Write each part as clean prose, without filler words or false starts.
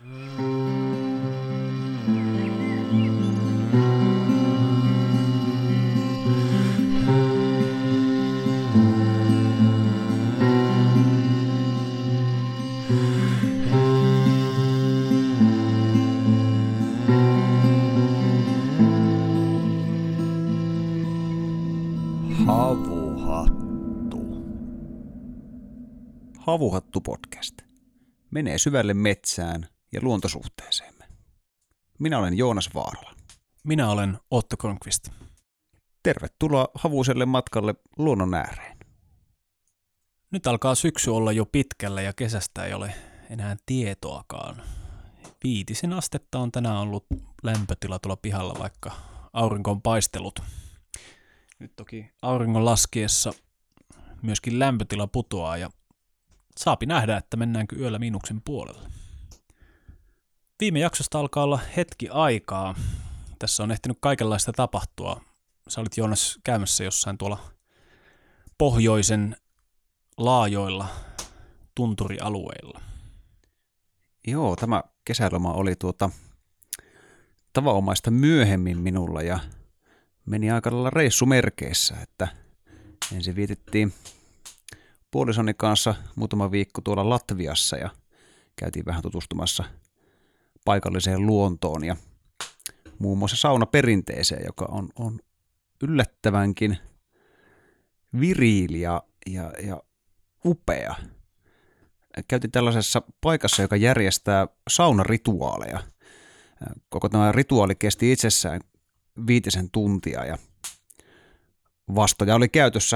Havuhattu podcast menee syvälle metsään ja luontosuhteeseemme. Minä olen Joonas Vaarala. Minä olen Otto Kronqvist. Tervetuloa havuiselle matkalle luonnon ääreen. Nyt alkaa syksy olla jo pitkällä ja kesästä ei ole enää tietoakaan. 5 astetta on tänään ollut lämpötila tuolla pihalla, vaikka aurinko on paistellut. Nyt toki auringon laskiessa myöskin lämpötila putoaa ja saapi nähdä, että mennäänkö yöllä miinuksen puolelle. Viime jaksosta alkaa olla hetki aikaa. Tässä on ehtinyt kaikenlaista tapahtua. Sä olit, Joonas, käymässä jossain tuolla pohjoisen laajoilla tunturialueilla. Joo, tämä kesäloma oli tavanomaista myöhemmin minulla ja meni aika lailla reissumerkeissä, että ensin vietettiin puolisoni kanssa muutama viikko tuolla Latviassa ja käytiin vähän tutustumassa paikalliseen luontoon ja muun muassa saunaperinteeseen, joka on yllättävänkin viriili ja upea. Käytiin tällaisessa paikassa, joka järjestää saunarituaaleja. Koko tämä rituaali kesti itsessään 5 tuntia ja vastoja oli käytössä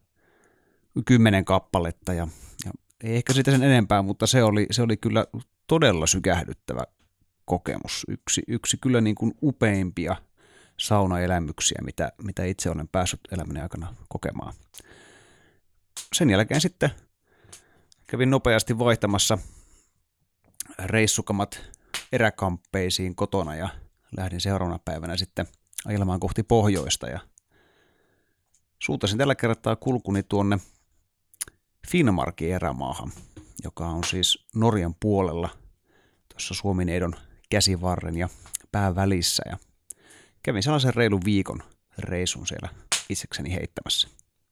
10 kappaletta ja ei ehkä siitä sen enempää, mutta se oli kyllä todella sykähdyttävä kokemus. Yksi kyllä niin kuin upeimpia saunaelämyksiä, mitä itse olen päässyt elämäni aikana kokemaan. Sen jälkeen sitten kävin nopeasti vaihtamassa reissukamat eräkamppeisiin kotona ja lähdin seuraavana päivänä sitten ajelemaan kohti pohjoista ja suuntasin tällä kertaa kulkuni tuonne Finnmarkin erämaahan, joka on siis Norjan puolella tuossa Suomineidon käsivarren ja pään välissä ja kävin sellaisen reilun viikon reisun siellä itsekseni heittämässä.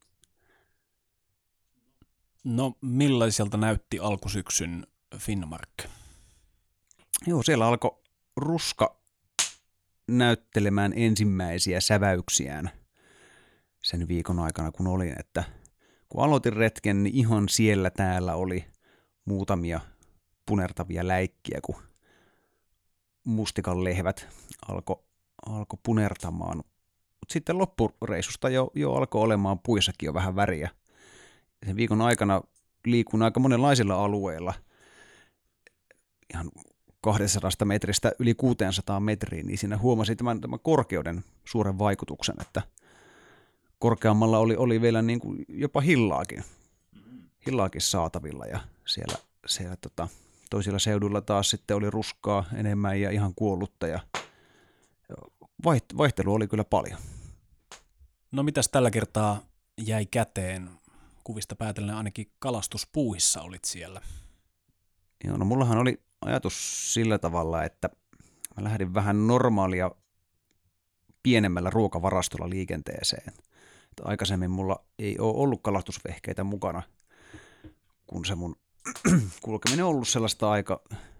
No, millaiselta näytti alkusyksyn Finnmark? Joo, siellä alkoi ruska näyttelemään ensimmäisiä säväyksiään sen viikon aikana, kun olin, että kun aloitin retken, niin ihan siellä täällä oli muutamia punertavia läikkiä, kun mustikan lehvät alkoi punertamaan. Mutta sitten loppureissusta jo alkoi olemaan puissakin jo vähän väriä. Sen viikon aikana liikun aika monenlaisilla alueilla, ihan 200 metristä yli 600 metriin, niin siinä huomasin tämän korkeuden suuren vaikutuksen, että korkeammalla oli vielä niin kuin jopa hillaakin saatavilla ja siellä toisilla seuduilla taas sitten oli ruskaa enemmän ja ihan kuollutta ja vaihtelu oli kyllä paljon. No mitäs tällä kertaa jäi käteen? Kuvista päätellen ainakin kalastuspuuhissa olit siellä. Joo, no mullahan oli ajatus sillä tavalla, että mä lähdin vähän normaalia pienemmällä ruokavarastolla liikenteeseen. Aikaisemmin mulla ei ole ollut kalastusvehkeitä mukana, kun se mun kulkeminen on ollut sellaista aika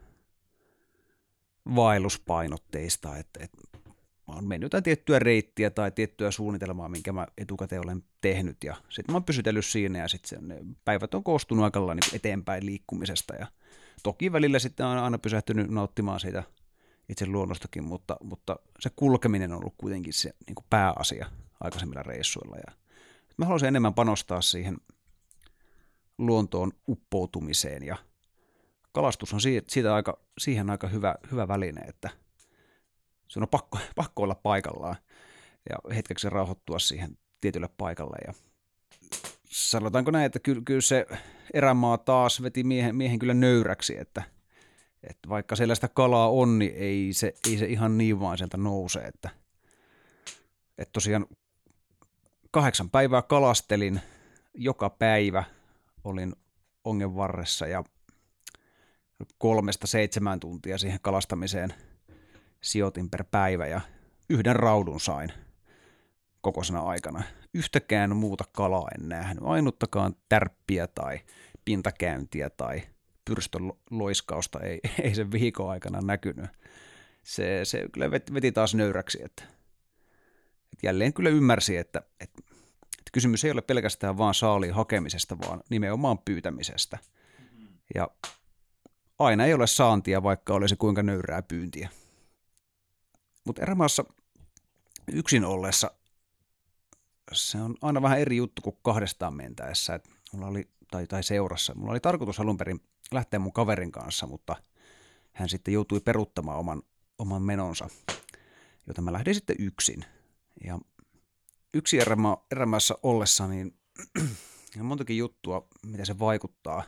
vaelluspainotteista, että mä oon mennyt jotain tiettyä reittiä tai tiettyä suunnitelmaa, minkä mä etukäteen olen tehnyt ja sitten mä oon pysytellyt siinä ja sitten ne päivät on koostunut aika lailla niin eteenpäin liikkumisesta ja toki välillä sitten on aina pysähtynyt nauttimaan siitä itse luonnostakin, mutta se kulkeminen on ollut kuitenkin se niin kuin pääasia aikaisemmilla reissuilla. Ja mä haluaisin enemmän panostaa siihen luontoon uppoutumiseen ja kalastus on siihen aika hyvä väline, että se on pakko olla paikallaan ja hetkeksi rauhoittua siihen tietylle paikalle. Ja sanotaanko näin, että kyllä se erämaa taas veti miehen kyllä nöyräksi, että vaikka siellä sitä kalaa on, niin ei se ihan niin vaan sieltä nouse, että tosiaan 8 päivää kalastelin, joka päivä olin ongen varressa ja 3-7 tuntia siihen kalastamiseen sijoitin per päivä ja yhden raudun sain kokoisena aikana. Yhtäkään muuta kalaa en nähnyt, ainuttakaan tärppiä tai pintakäyntiä tai pyrstön loiskausta ei sen viikon aikana näkynyt. Se kyllä veti taas nöyräksi, että jälleen kyllä ymmärsi, että kysymys ei ole pelkästään vaan saaliin hakemisesta, vaan nimenomaan pyytämisestä. Ja aina ei ole saantia, vaikka olisi kuinka nöyrää pyyntiä. Mutta erämaassa yksin ollessa se on aina vähän eri juttu kuin kahdestaan mentäessä. Et mulla oli, tai seurassa. Mulla oli tarkoitus alun perin lähteä mun kaverin kanssa, mutta hän sitten joutui peruuttamaan oman menonsa, joten mä lähdin sitten yksin. Ja yksi erämaassa ollessa, niin on montakin juttua, mitä se vaikuttaa.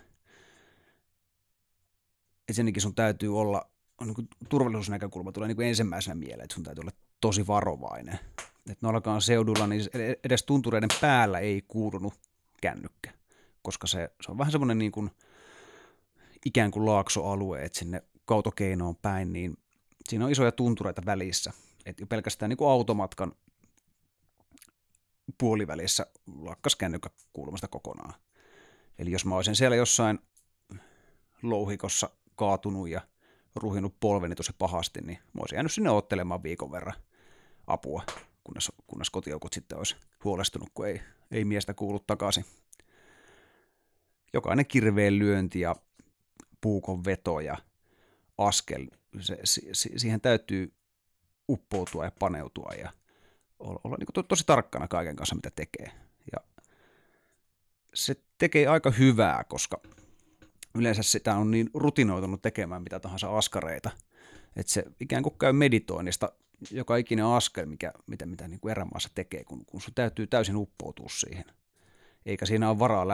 Ensinnäkin sun täytyy olla, niin turvallisuusnäkökulma tulee niin ensimmäisenä mieleen, että sun täytyy olla tosi varovainen. Että noillakaan seudulla, niin edes tuntureiden päällä ei kuulunut kännykkä, koska se on vähän semmoinen niin kuin ikään kuin laaksoalue, että sinne Kautokeinoon päin, niin siinä on isoja tuntureita välissä. Että jo pelkästään niin kuin automatkan puolivälissä lakkas kännykkä kuulumasta kokonaan. Eli jos mä olisin siellä jossain louhikossa kaatunut ja ruhinut polveni tosi pahasti, niin mä olisin jäänyt sinne ottelemaan viikon verran apua, kunnes kotijoukot sitten olisi huolestunut, kun ei miestä kuulu takaisin. Jokainen kirveen lyönti ja puukon veto ja askel, siihen täytyy uppoutua ja paneutua ja olla niin tosi tarkkana kaiken kanssa, mitä tekee. Ja se tekee aika hyvää, koska yleensä sitä on niin rutinoitunut tekemään mitä tahansa askareita, että se ikään kuin käy meditoinnista joka ikinen askel, mitä niin kuin erämaassa tekee, kun sun täytyy täysin uppoutua siihen. Eikä siinä ole varaa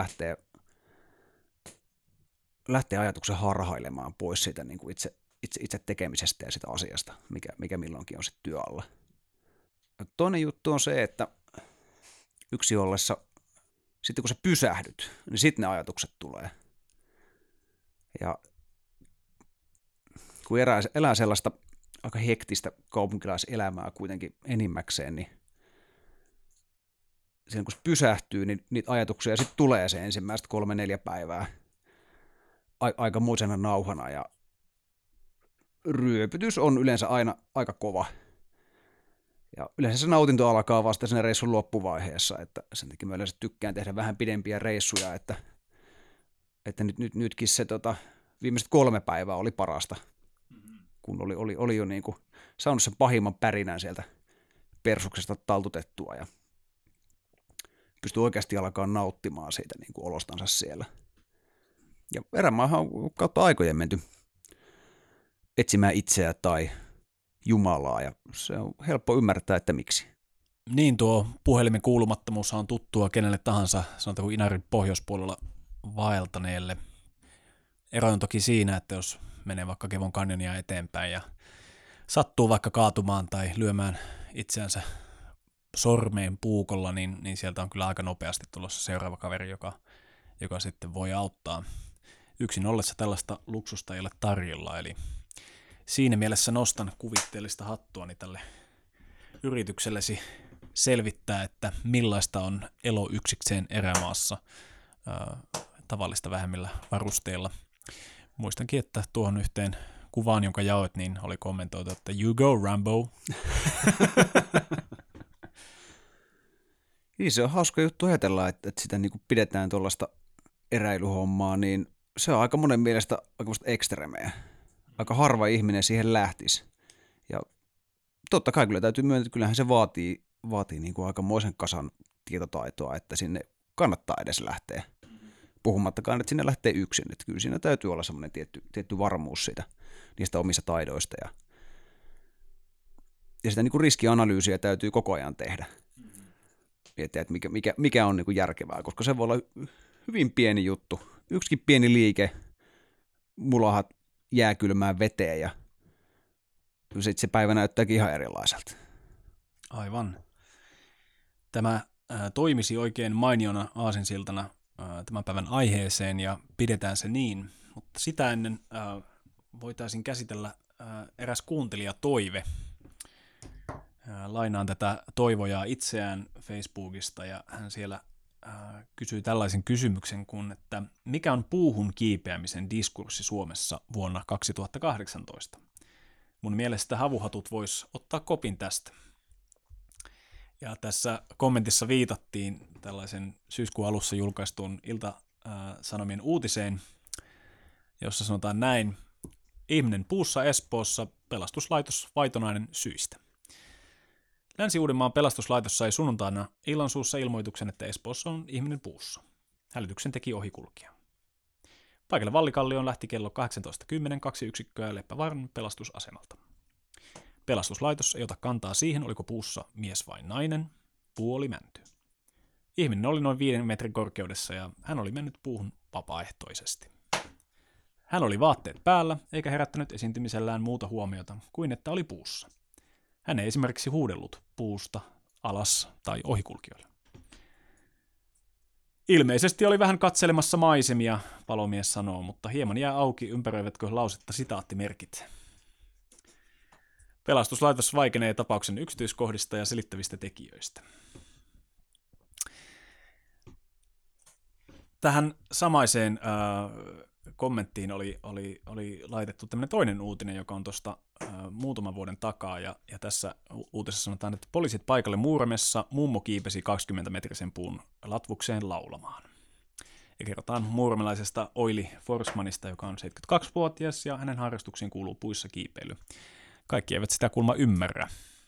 lähteä ajatuksen harhailemaan pois siitä niin kuin itse tekemisestä ja sitä asiasta, mikä milloinkin on sitten työ alla. Toinen juttu on se, että yksi ollessa, sitten kun sä pysähdyt, niin sitten ne ajatukset tulee. Ja kun elää sellaista aika hektistä kaupunkilaiselämää kuitenkin enimmäkseen, niin siinä kun se pysähtyy, niin niitä ajatuksia sitten tulee se ensimmäiset 3-4 päivää aikamoisena nauhana ja ryöpytys on yleensä aina aika kova. Ja yleensä se nautinto alkaa vasta siinä reissun loppuvaiheessa, että sen takia mä yleensä tykkään tehdä vähän pidempiä reissuja, että nytkin se viimeiset 3 päivää oli parasta, kun oli jo niin kuin saanut sen pahimman pärinän sieltä persuksesta taltutettua ja pystyi oikeasti alkaa nauttimaan siitä niin kuin olostansa siellä. Ja erämaahan on kautta aikojen menty etsimään itseä tai Jumalaa, ja se on helppo ymmärtää, että miksi. Niin, tuo puhelimen kuulumattomuus on tuttua kenelle tahansa, sanotaanko Inarin pohjoispuolella vaeltaneelle. Ero on toki siinä, että jos menee vaikka Kevon kanjonia eteenpäin ja sattuu vaikka kaatumaan tai lyömään itseänsä sormeen puukolla, niin sieltä on kyllä aika nopeasti tulossa seuraava kaveri, joka sitten voi auttaa. Yksin ollessa tällaista luksusta ei ole tarjolla, eli siinä mielessä nostan kuvitteellista hattuani tälle yrityksellesi selvittää, että millaista on elo yksikseen erämaassa tavallista vähemmillä varusteilla. Muistankin, että tuohon yhteen kuvaan, jonka jaoit, niin oli kommentoitu, että you go Rambo. Niin, se on hauska juttu ajatella, että sitä niin kuin pidetään tuollaista eräilyhommaa, niin se on aika monen mielestä aika ekstremeä. Aika harva ihminen siihen lähtisi. Ja totta kai kyllä täytyy myöntää, että kyllähän se vaatii niin kuin aikamoisen kasan tietotaitoa, että sinne kannattaa edes lähteä. Puhumattakaan, että sinne lähtee yksin. Että kyllä siinä täytyy olla semmoinen tietty varmuus niistä omista taidoista. Ja sitä niin kuin riskianalyysiä täytyy koko ajan tehdä. Miettiä, että mikä on niin kuin järkevää, koska se voi olla hyvin pieni juttu. Yksikin pieni liike, mulahat jääkylmään veteen ja sitten se päivä näyttääkin ihan erilaiselta. Aivan. Tämä toimisi oikein mainiona aasinsiltana tämän päivän aiheeseen ja pidetään se niin, mutta sitä ennen voitaisiin käsitellä eräs kuuntelijatoive. Lainaan tätä toivojaa itseään Facebookista, ja hän siellä kysyy tällaisen kysymyksen kuin, että mikä on puuhun kiipeämisen diskurssi Suomessa vuonna 2018? Mun mielestä havuhatut vois ottaa kopin tästä. Ja tässä kommentissa viitattiin tällaisen syyskuun alussa julkaistuun Ilta-Sanomien uutiseen, jossa sanotaan näin: ihminen puussa Espoossa, pelastuslaitos vaitonainen syistä. Länsi-Uudenmaan pelastuslaitos sai sunnuntaina illansuussa ilmoituksen, että Espoossa on ihminen puussa. Hälytyksen teki ohikulkija. Paikalle Vallikallioon lähti kello 18.10 2 yksikköä Leppävaaran pelastusasemalta. Pelastuslaitos ei ota kantaa siihen, oliko puussa mies vai nainen. Puu oli mänty. Ihminen oli noin 5 metrin korkeudessa ja hän oli mennyt puuhun vapaaehtoisesti. Hän oli vaatteet päällä eikä herättänyt esiintymisellään muuta huomiota kuin että oli puussa. Hän ei esimerkiksi huudellut puusta, alas tai ohikulkijoille. Ilmeisesti oli vähän katselemassa maisemia, palomies sanoo, mutta hieman jää auki, ympäröivätkö lausetta sitaattimerkit. Pelastuslaitos vaikenee tapauksen yksityiskohdista ja selittävistä tekijöistä. Tähän samaiseen kommenttiin oli laitettu tämmöinen toinen uutinen, joka on tuosta muutaman vuoden takaa, ja tässä uutisessa sanotaan, että poliisit paikalle Muuramessa, mummo kiipesi 20-metrisen puun latvukseen laulamaan. Ja kerrotaan muuramelaisesta Oili Forsmanista, joka on 72-vuotias, ja hänen harrastuksiin kuuluu puissa kiipeily. Kaikki eivät sitä kulma ymmärrä.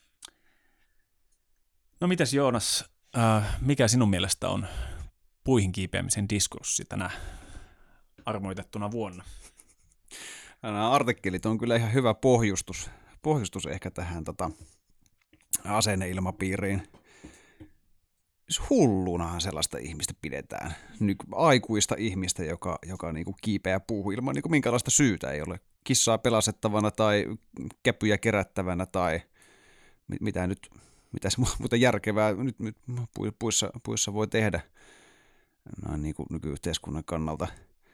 No mitäs Joonas, mikä sinun mielestä on puihin kiipeämisen diskurssi tänä armoitettuna vuonna? Nämä artikkelit on kyllä ihan hyvä pohjustus ehkä tähän asenneilmapiiriin. Hullunahan sellaista ihmistä pidetään. Aikuista ihmistä, joka niinku kiipeää puuhun ilman niinku minkälaista syytä. Ei ole kissaa pelastettavana tai käpyjä kerättävänä tai mitä se muuta järkevää nyt puissa voi tehdä noin niinku nykyyhteiskunnan kannalta.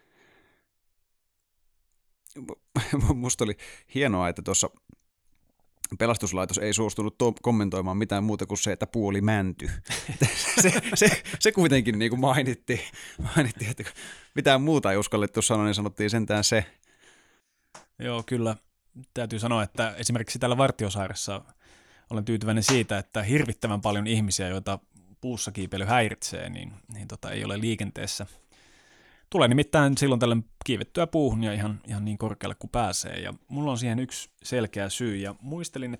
Musta oli hienoa, että tuossa pelastuslaitos ei suostunut kommentoimaan mitään muuta kuin se, että puu oli mänty. se kuitenkin niin kuin mainittiin, että mitään muuta ei uskallettu sanoa, niin sanottiin sentään se. Joo, kyllä. Täytyy sanoa, että esimerkiksi täällä Vartiosaaressa olen tyytyväinen siitä, että hirvittävän paljon ihmisiä, joita puussa kiipeily häiritsee, niin ei ole liikenteessä. Tulee nimittäin silloin tällöin kiivettyä puuhun ja ihan niin korkealle kuin pääsee. Ja mulla on siihen yksi selkeä syy. Ja muistelin,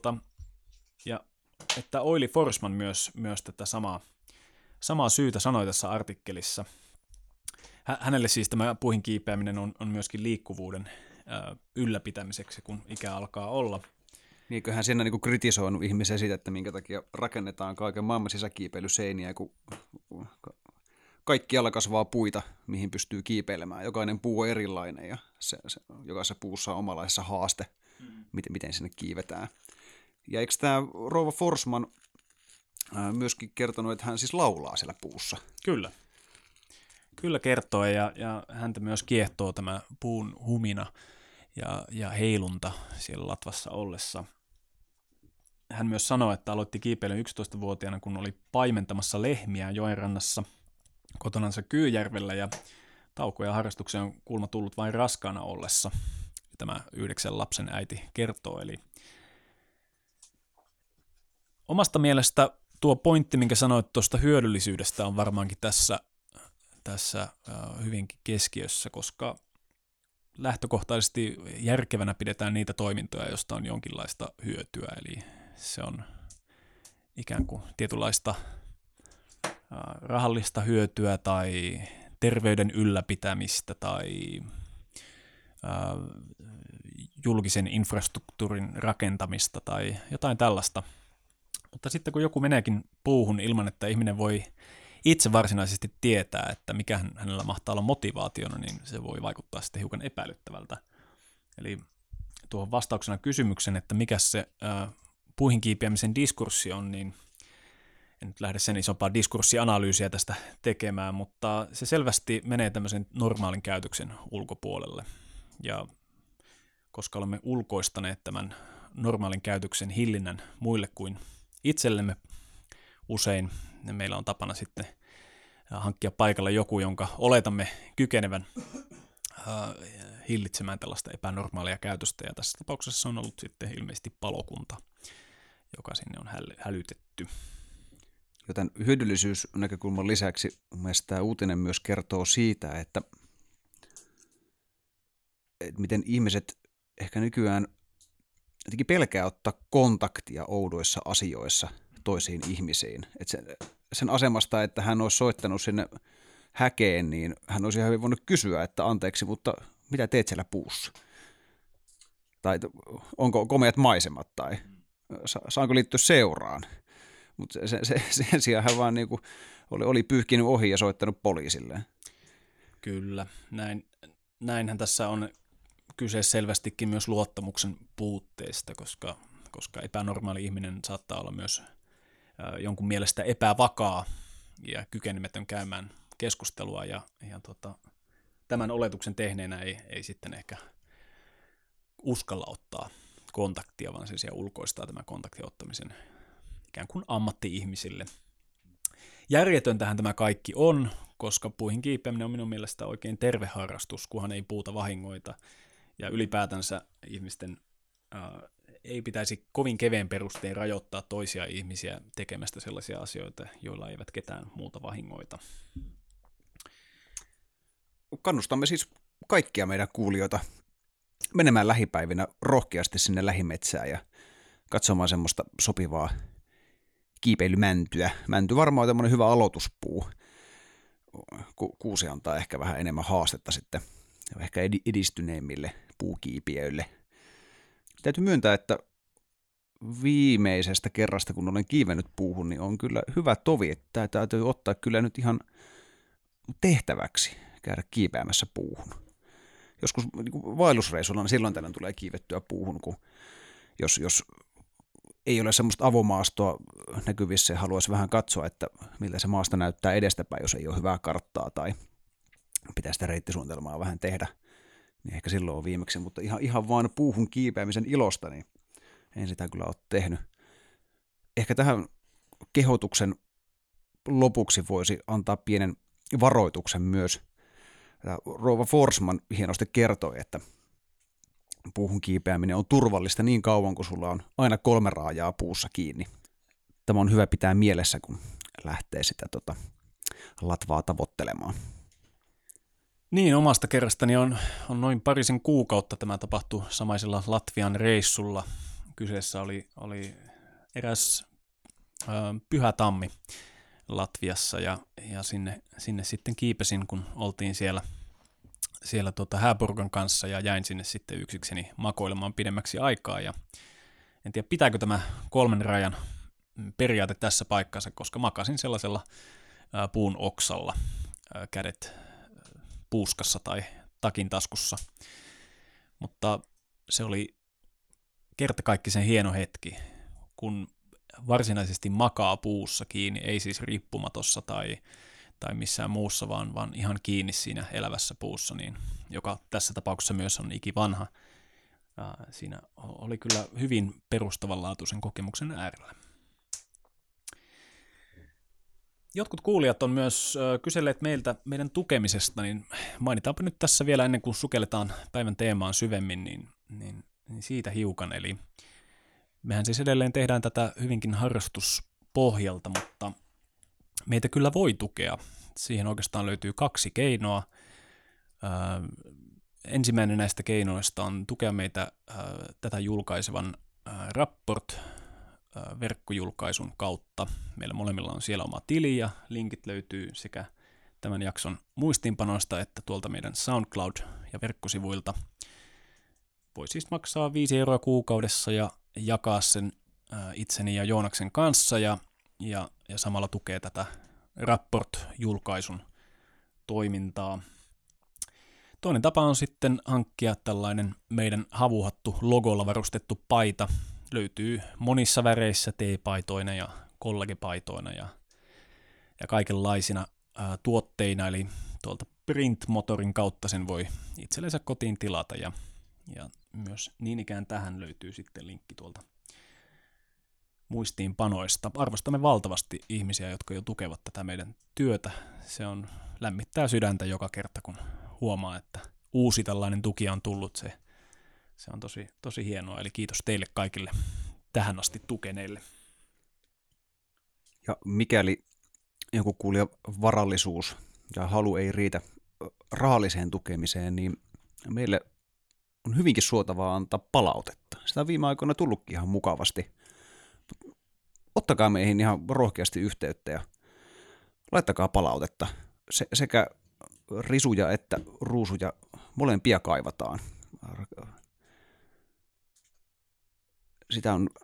että Oili Forsman myös tätä samaa syytä sanoi tässä artikkelissa. Hänelle siis tämä puuhin kiipeäminen on myöskin liikkuvuuden ylläpitämiseksi, kun ikä alkaa olla. Niinkö hän siinä niin kritisoinut ihmisiä siitä, että minkä takia rakennetaan kaiken maailman sisäkiipeilyseiniä, kun kaikkialla kasvaa puita, mihin pystyy kiipeilemään. Jokainen puu on erilainen ja jokaisessa puussa on omanlaisessa haaste, miten sinne kiivetään. Ja eikö tämä rouva Forsman myöskin kertonut, että hän siis laulaa siellä puussa? Kyllä kertoo, ja häntä myös kiehtoo tämä puun humina ja heilunta siellä latvassa ollessa. Hän myös sanoi, että aloitti kiipeilyn 11-vuotiaana, kun oli paimentamassa lehmiä joenrannassa kotonansa Kyyjärvellä, ja tauko ja harrastukseen on kuulemma tullut vain raskaana ollessa. Tämä 9 lapsen äiti kertoo. Eli omasta mielestä tuo pointti, minkä sanoit tuosta hyödyllisyydestä, on varmaankin tässä hyvinkin keskiössä, koska lähtökohtaisesti järkevänä pidetään niitä toimintoja, joista on jonkinlaista hyötyä, eli se on ikään kuin tietynlaista rahallista hyötyä tai terveyden ylläpitämistä tai julkisen infrastruktuurin rakentamista tai jotain tällaista. Mutta sitten kun joku meneekin puuhun ilman, että ihminen voi itse varsinaisesti tietää, että mikä hänellä mahtaa olla motivaationa, niin se voi vaikuttaa sitten hiukan epäilyttävältä. Eli tuohon vastauksena kysymyksen, että mikä se puihin kiipeämisen diskurssi on, niin en nyt lähde sen isompaa diskurssianalyysiä tästä tekemään, mutta se selvästi menee tämmöisen normaalin käytöksen ulkopuolelle. Ja koska olemme ulkoistaneet tämän normaalin käytöksen hillinnän muille kuin itsellemme usein. Ja meillä on tapana sitten hankkia paikalla joku, jonka oletamme kykenevän hillitsemään tällaista epänormaalia käytöstä. Ja tässä tapauksessa on ollut sitten ilmeisesti palokunta, joka sinne on hälytetty. Joten hyödyllisyysnäkökulman lisäksi mielestäni tämä uutinen myös kertoo siitä, että miten ihmiset ehkä nykyään jotenkin pelkää ottaa kontaktia oudoissa asioissa toisiin ihmisiin. Et sen asemasta, että hän olisi soittanut sinne häkeen, niin hän olisi ihan voinut kysyä, että anteeksi, mutta mitä teet siellä puussa? Tai onko komeat maisemat, tai saanko liittyä seuraan? Mutta sen sijaan hän vaan niinku oli pyyhkinyt ohi ja soittanut poliisille. Kyllä, näinhän tässä on kyse selvästikin myös luottamuksen puutteesta, koska epänormaali ihminen saattaa olla myös jonkun mielestä epävakaa ja kykenemätön käymään keskustelua, ja tämän oletuksen tehneenä ei sitten ehkä uskalla ottaa kontaktia, vaan sen sijaan ulkoistaa tämän kontaktin ottamisen ikään kuin ammatti-ihmisille. Järjetöntähän tämä kaikki on, koska puihin kiipeäminen on minun mielestä oikein terve harrastus, kunhan ei puuta vahingoita, ja ylipäätänsä ihmisten ei pitäisi kovin keveen perustein rajoittaa toisia ihmisiä tekemästä sellaisia asioita, joilla eivät ketään muuta vahingoita. Kannustamme siis kaikkia meidän kuulijoita menemään lähipäivinä rohkeasti sinne lähimetsään ja katsomaan semmoista sopivaa kiipeilymäntyä. Mänty varmaan on tämmöinen hyvä aloituspuu. Kuusi antaa ehkä vähän enemmän haastetta sitten ehkä edistyneimmille puukiipijöille. Täytyy myöntää, että viimeisestä kerrasta, kun olen kiivennyt puuhun, niin on kyllä hyvä tovi, että täytyy ottaa kyllä nyt ihan tehtäväksi käydä kiipeämässä puuhun. Joskus niin vaellusreissulla niin silloin tällöin tulee kiivettyä puuhun, kun jos ei ole semmoista avomaastoa näkyvissä ja haluaisi vähän katsoa, että miltä se maasta näyttää edestäpäin, jos ei ole hyvää karttaa tai pitää sitä reittisuunnitelmaa vähän tehdä, niin ehkä silloin on viimeksi, mutta ihan vaan puuhun kiipeämisen ilosta, niin en sitä kyllä ole tehnyt. Ehkä tähän kehotuksen lopuksi voisi antaa pienen varoituksen myös. Rouva Forsman hienosti kertoi, että puuhun kiipeäminen on turvallista niin kauan, kun sulla on aina 3 raajaa puussa kiinni. Tämä on hyvä pitää mielessä, kun lähtee sitä latvaa tavoittelemaan. Niin, omasta kerrastani on noin parisen kuukautta tämä tapahtui samaisella Latvian reissulla. Kyseessä oli eräs pyhä tammi Latviassa ja sinne sitten kiipesin, kun oltiin siellä hääporukan kanssa ja jäin sinne sitten yksikseni makoilemaan pidemmäksi aikaa. Ja en tiedä, pitääkö tämä 3 rajan periaate tässä paikkansa, koska makasin sellaisella puun oksalla, kädet puuskassa tai takin taskussa. Mutta se oli kertakaikkisen hieno hetki, kun varsinaisesti makaa puussa kiinni, ei siis riippumatossa tai missään muussa, vaan ihan kiinni siinä elävässä puussa, niin, joka tässä tapauksessa myös on ikivanha. Siinä oli kyllä hyvin perustavanlaatuisen kokemuksen äärellä. Jotkut kuulijat on myös kyselleet meidän tukemisesta, niin mainitaanpa nyt tässä vielä ennen kuin sukelletaan päivän teemaan syvemmin, niin siitä hiukan. Eli mehän siis edelleen tehdään tätä hyvinkin harrastuspohjalta, mutta meitä kyllä voi tukea. Siihen oikeastaan löytyy 2 keinoa. Ensimmäinen näistä keinoista on tukea meitä tätä julkaisevan Rapport-verkkojulkaisun kautta. Meillä molemmilla on siellä oma tili ja linkit löytyy sekä tämän jakson muistiinpanoista että tuolta meidän SoundCloud- ja verkkosivuilta. Voi siis maksaa 5 € kuukaudessa ja jakaa sen itseni ja Joonaksen kanssa ja samalla tukee tätä Rapport-julkaisun toimintaa. Toinen tapa on sitten hankkia tällainen meidän havuhattu logolla varustettu paita. Löytyy monissa väreissä teepaitoina ja kollegepaitoina ja kaikenlaisina tuotteina, eli tuolta Printmotorin kautta sen voi itsellensä kotiin tilata ja Ja myös niin ikään tähän löytyy sitten linkki tuolta muistiinpanoista. Arvostamme valtavasti ihmisiä, jotka jo tukevat tätä meidän työtä. Se on lämmittää sydäntä joka kerta, kun huomaa, että uusi tällainen tuki on tullut. Se on tosi hienoa, eli kiitos teille kaikille tähän asti tukeneille. Ja mikäli joku kuulija varallisuus ja halu ei riitä rahalliseen tukemiseen, niin meille on hyvinkin suotavaa antaa palautetta. Sitä on viime aikoina tullutkin ihan mukavasti. Ottakaa meihin ihan rohkeasti yhteyttä ja laittakaa palautetta. Sekä risuja että ruusuja molempia kaivataan. Sitä on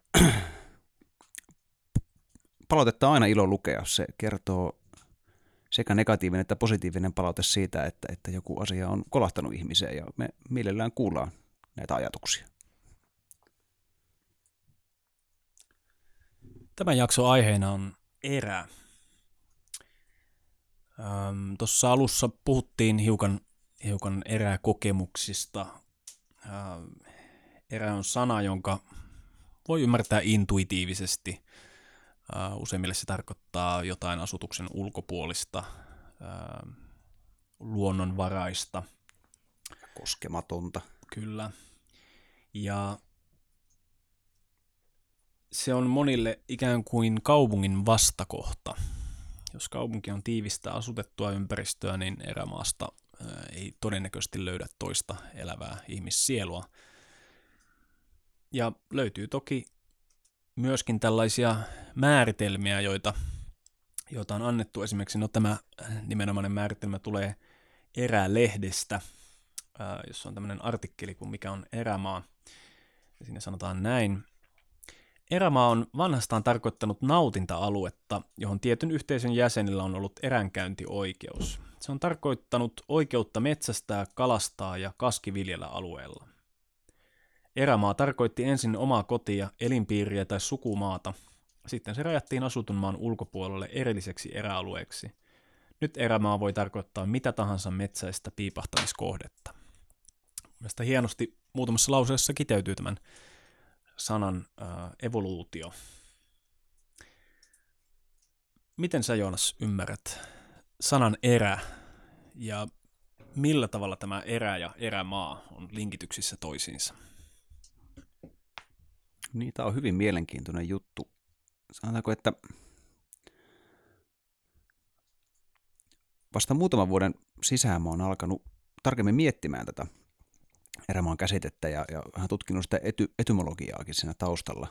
palautetta aina ilo lukea. Se kertoo sekä negatiivinen että positiivinen palaute siitä, että joku asia on kolahtanut ihmiseen ja me mielellään kuullaan näitä ajatuksia. Tämän jakson aiheena on erä. Tuossa alussa puhuttiin hiukan eräkokemuksista. Erä on sana, jonka voi ymmärtää intuitiivisesti. Useimmille se tarkoittaa jotain asutuksen ulkopuolista, luonnonvaraista. Koskematonta. Kyllä. Ja se on monille ikään kuin kaupungin vastakohta. Jos kaupunki on tiivistä asutettua ympäristöä, niin erämaasta ei todennäköisesti löydä toista elävää ihmissielua. Ja löytyy toki myöskin tällaisia määritelmiä, joita on annettu. Esimerkiksi tämä nimenomainen määritelmä tulee Erälehdestä, jossa on tämmöinen artikkeli kuin mikä on erämaa. Ja siinä sanotaan näin. Erämaa on vanhastaan tarkoittanut nautinta-aluetta, johon tietyn yhteisön jäsenillä on ollut eränkäyntioikeus. Se on tarkoittanut oikeutta metsästää, kalastaa ja kaskiviljellä alueella. Erämaa tarkoitti ensin omaa kotia, elinpiiriä tai sukumaata. Sitten se rajattiin asutun maan ulkopuolelle erilliseksi eräalueeksi. Nyt erämaa voi tarkoittaa mitä tahansa metsäistä piipahtamiskohdetta. Mielestäni hienosti muutamassa lauseessa kiteytyy tämän sanan evoluutio. Miten sä, Joonas, ymmärrät sanan erä ja millä tavalla tämä erä ja erämaa on linkityksissä toisiinsa? Niin, tämä on hyvin mielenkiintoinen juttu. Sanotaanko, että vasta muutaman vuoden sisään mä oon alkanut tarkemmin miettimään tätä erämaan käsitettä ja vähän tutkinut sitä etymologiaakin siinä taustalla.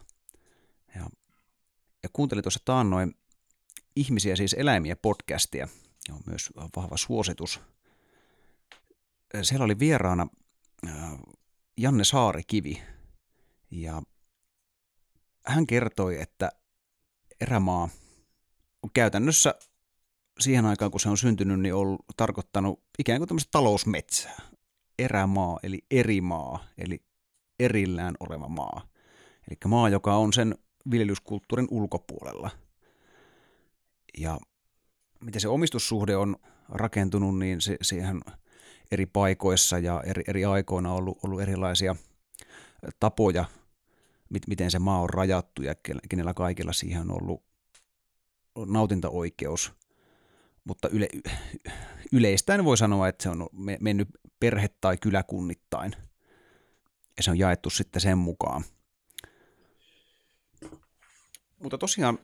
Ja kuuntelin tuossa taannoin Ihmisiä siis eläimiä podcastia, ja on myös vahva suositus. Siellä oli vieraana Janne Saarikivi, ja hän kertoi, että erämaa on käytännössä siihen aikaan, kun se on syntynyt, niin on tarkoittanut ikään kuin tämmöistä talousmetsää. Erämaa, eli erimaa, eli erillään oleva maa. Eli maa, joka on sen viljelyskulttuurin ulkopuolella. Ja miten se omistussuhde on rakentunut, niin siihen eri paikoissa ja eri aikoina on ollut erilaisia tapoja, miten se maa on rajattu ja kenellä kaikilla siihen on ollut nautintaoikeus. Mutta yleistäen voi sanoa, että se on mennyt perhe- tai kyläkunnittain ja se on jaettu sitten sen mukaan. Mutta tosiaan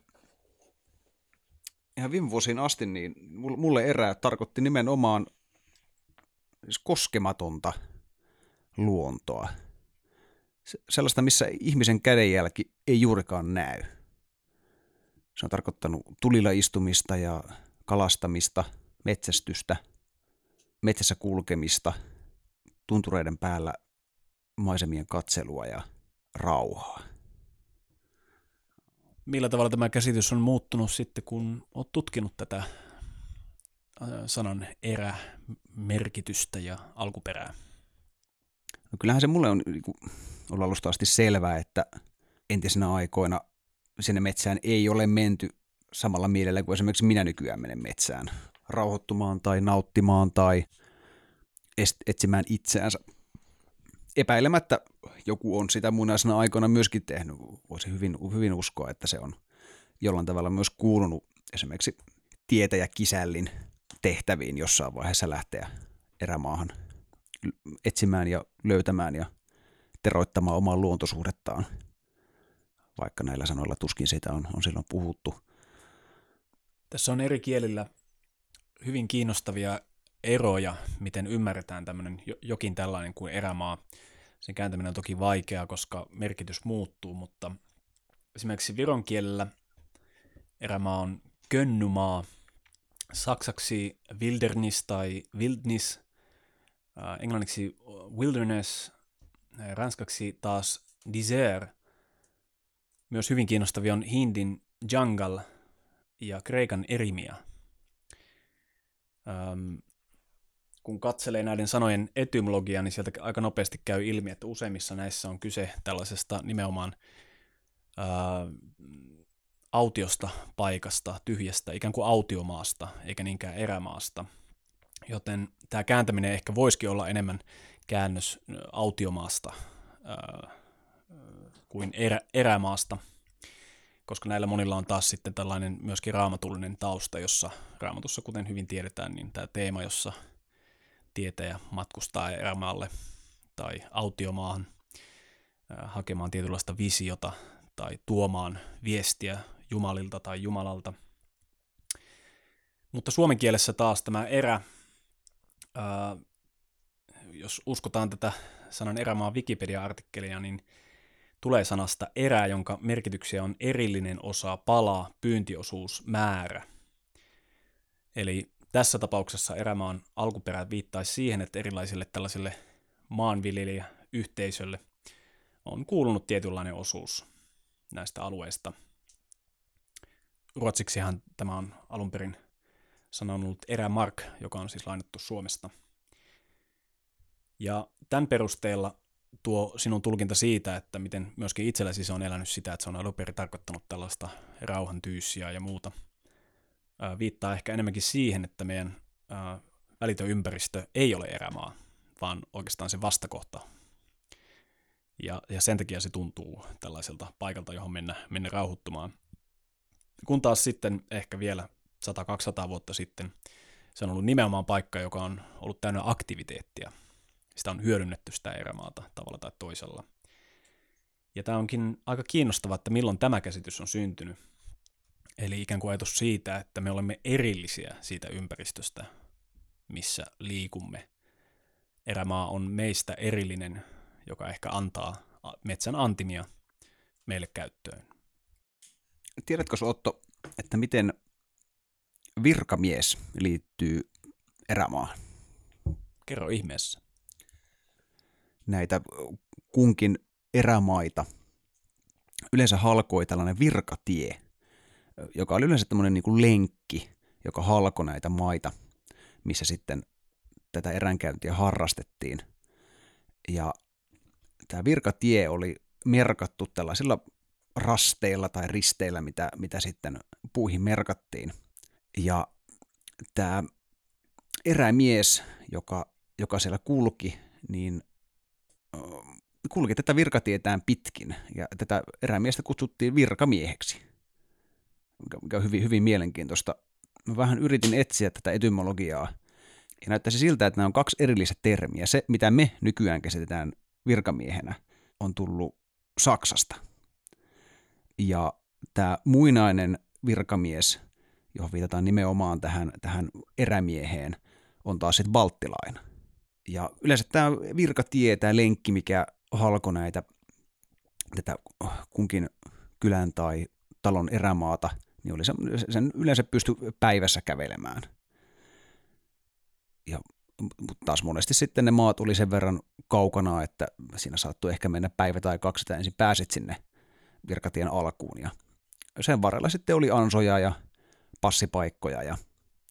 ihan viime vuosiin asti niin mulle erä tarkoitti nimenomaan siis koskematonta luontoa. Sellaista, missä ihmisen kädenjälki ei juurikaan näy. Se on tarkoittanut tulilla istumista ja kalastamista, metsästystä, metsässä kulkemista, tuntureiden päällä maisemien katselua ja rauhaa. Millä tavalla tämä käsitys on muuttunut sitten, kun olet tutkinut tätä sanan erämerkitystä ja alkuperää? No kyllähän se mulle on ollut alusta asti selvää, että entisenä aikoina sinne metsään ei ole menty samalla mielellä kuin esimerkiksi minä nykyään menen metsään rauhoittumaan tai nauttimaan tai etsimään itseänsä. epäilemättä joku on sitä muinaisena aikoina myöskin tehnyt. Voisi hyvin uskoa, että se on jollain tavalla myös kuulunut esimerkiksi tietäjä kisällin tehtäviin jossain vaiheessa lähteä erämaahan etsimään ja löytämään ja teroittamaan omaa luontosuhdettaan, vaikka näillä sanoilla tuskin siitä on silloin puhuttu. Tässä on eri kielillä hyvin kiinnostavia eroja, miten ymmärretään tämmöinen jokin tällainen kuin erämaa. Sen kääntäminen on toki vaikeaa, koska merkitys muuttuu, mutta esimerkiksi viron kielellä erämaa on könnumaa, saksaksi wilderness tai wildnis, englanniksi wilderness, ranskaksi taas désert. Myös hyvin kiinnostavia on hindin jungle ja kreikan erimia. Kun katselee näiden sanojen etymologiaa, niin sieltä aika nopeasti käy ilmi, että useimmissa näissä on kyse tällaisesta nimenomaan autiosta paikasta, tyhjästä, ikään kuin autiomaasta, eikä niinkään erämaasta. Joten tämä kääntäminen ehkä voisikin olla enemmän käännös autiomaasta kuin erämaasta, koska näillä monilla on taas sitten tällainen myöskin raamatullinen tausta, jossa raamatussa, kuten hyvin tiedetään, niin tämä teema, jossa tietäjä matkustaa erämaalle tai autiomaahan hakemaan tietynlaista visiota tai tuomaan viestiä Jumalilta tai Jumalalta. Mutta suomen kielessä taas tämä erä, jos uskotaan tätä sanan erämaan Wikipedia-artikkelia, niin tulee sanasta erä, jonka merkityksiä on erillinen osa, pala, pyyntiosuus, määrä. Eli tässä tapauksessa erämaan alkuperä viittaisi siihen, että erilaisille tällaisille maanviljelijäyhteisölle on kuulunut tietynlainen osuus näistä alueista. Ruotsiksihan tämä on alun perin sanonut erämark, joka on siis lainattu Suomesta. Ja tämän perusteella tuo sinun tulkinta siitä, että miten myöskin itselläsi se on elänyt sitä, että se on alun perin tarkoittanut tällaista rauhan tyyssiä ja muuta, viittaa ehkä enemmänkin siihen, että meidän välitön ympäristö ei ole erämaa, vaan oikeastaan se vastakohta. Ja sen takia se tuntuu tällaiselta paikalta, johon mennä rauhoittumaan. Kun taas sitten ehkä vielä 100-200 vuotta sitten se on ollut nimenomaan paikka, joka on ollut täynnä aktiviteettia. Sitä on hyödynnetty sitä erämaata tavalla tai toisella. Ja tämä onkin aika kiinnostavaa, että milloin tämä käsitys on syntynyt. Eli ikään kuin ajatus siitä, että me olemme erillisiä siitä ympäristöstä, missä liikumme. Erämaa on meistä erillinen, joka ehkä antaa metsän antimia meille käyttöön. Tiedätkö, Otto, että miten virkamies liittyy erämaahan? Kerro ihmeessä. Näitä kunkin erämaita yleensä halkoi tällainen virkatie, joka oli yleensä tämmöinen niin kuin lenkki, joka halkoi näitä maita, missä sitten tätä eränkäyntiä harrastettiin. Ja tämä virkatie oli merkattu tällaisilla rasteilla tai risteillä, mitä sitten puihin merkattiin. Ja tämä erämies, joka siellä kulki, niin kulki tätä virkatietään pitkin. Ja tätä erämiestä kutsuttiin virkamieheksi, mikä on hyvin, hyvin mielenkiintoista. Mä vähän yritin etsiä tätä etymologiaa. Ja näyttäisi siltä, että nämä on kaksi erillistä termiä. Se, mitä me nykyään käsitetään virkamiehenä, on tullut Saksasta. Ja tämä muinainen virkamies, johon viitataan nimenomaan tähän erämieheen, on taas sitten balttilainen. Ja yleensä tämä virkatie, tämä lenkki, mikä halkoi tätä kunkin kylän tai talon erämaata, niin oli sen yleensä pystyi päivässä kävelemään. Mutta taas monesti sitten ne maat oli sen verran kaukana, että siinä saattoi ehkä mennä päivä tai kaksi, että ensin pääsit sinne virkatien alkuun. Ja sen varrella sitten oli ansoja ja passipaikkoja ja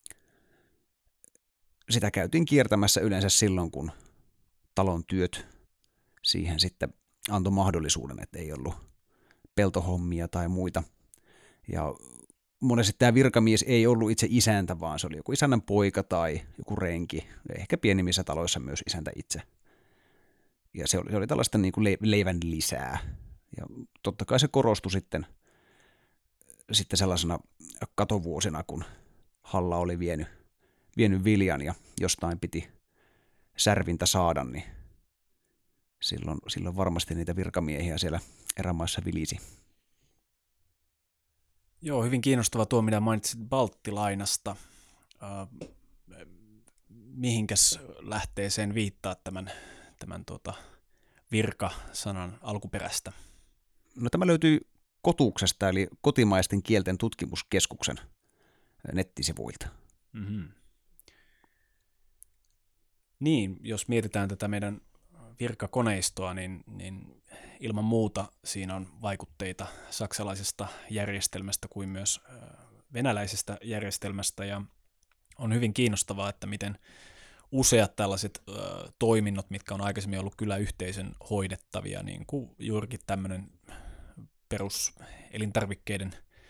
sitä käytiin kiertämässä yleensä silloin, kun talon työt siihen sitten antoi mahdollisuuden, että ei ollut peltohommia tai muita. Ja monesti tämä virkamies ei ollut itse isäntä, vaan se oli joku isännän poika tai joku renki, ehkä pienimmissä taloissa myös isäntä itse. Ja se oli tällaista niin kuin leivän lisää. Ja totta kai se korostui sitten sellaisena katovuosina, kun Halla oli vienyt viljan ja jostain piti särvintä saada, niin silloin varmasti niitä virkamiehiä siellä erämaissa vilisi. Joo, hyvin kiinnostava tuo, mitä mainitsit Balttilainasta. Mihinkäs lähteeseen viittaa tämän virka-sanan alkuperästä? No, tämä löytyy Kotuksesta, eli Kotimaisten kielten tutkimuskeskuksen nettisivuilta. Mm-hmm. Niin, jos mietitään tätä meidän virkakoneistoa, niin ilman muuta siinä on vaikutteita saksalaisesta järjestelmästä kuin myös venäläisestä järjestelmästä, ja on hyvin kiinnostavaa, että miten useat tällaiset toiminnot, mitkä on aikaisemmin ollut kyllä yhteisön hoidettavia, niin kuin juurikin tämmöinen peruselintarvikkeiden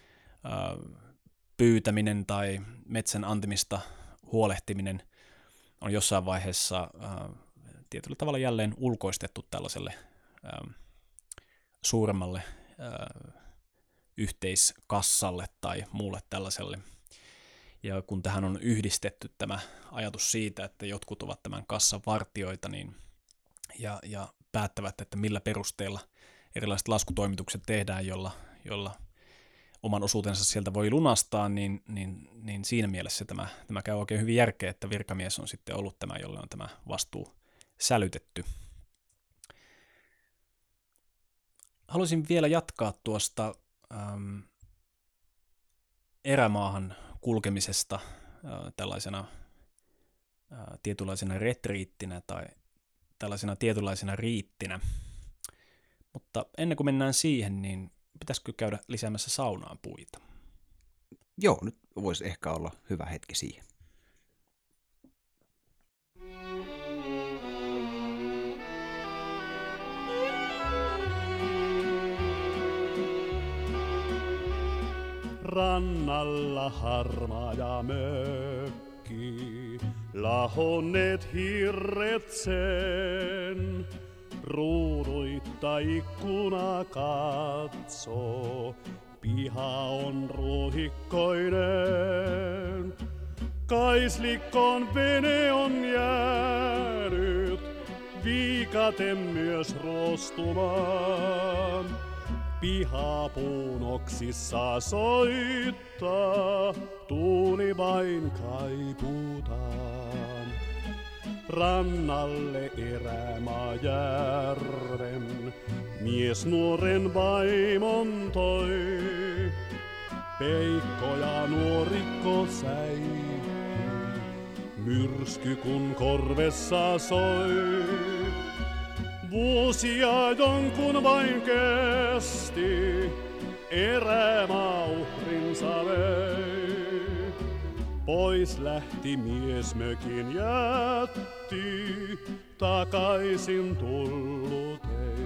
pyytäminen tai metsän antimista huolehtiminen on jossain vaiheessa tietyllä tavalla jälleen ulkoistettu tällaiselle suuremmalle yhteiskassalle tai muulle tällaiselle. Ja kun tähän on yhdistetty tämä ajatus siitä, että jotkut ovat tämän kassan vartijoita niin, ja päättävät, että millä perusteella erilaiset laskutoimitukset tehdään, jolla oman osuutensa sieltä voi lunastaa, niin siinä mielessä tämä käy oikein hyvin järkeä, että virkamies on sitten ollut tämä, jolle on tämä vastuu sälytetty. Haluaisin vielä jatkaa tuosta erämaahan kulkemisesta tällaisena tietynlaisena retriittinä tai tällaisena tietynlaisena riittinä. Mutta ennen kuin mennään siihen, niin pitäisikö käydä lisäämässä saunaan puita? Joo, nyt voisi ehkä olla hyvä hetki siihen. Rannalla harmaa mökki, lahonneet hirret sen. Ruuduitta ikkuna katsoo, piha on ruuhikkoinen. Kaislikkoon vene on jäänyt, viikaten myös rostumaan. Pihapuun oksissa soittaa, tuuli vain kaiputaan. Rannalle Erämaajärven mies nuoren vaimon toi. Peikko ja nuorikko säihtyi, myrsky kun korvessa soi. Vuosia jonkun vain kesti, Erämaa uhrinsa vei. Pois lähti mies mökin jätti, takaisin tullut ei.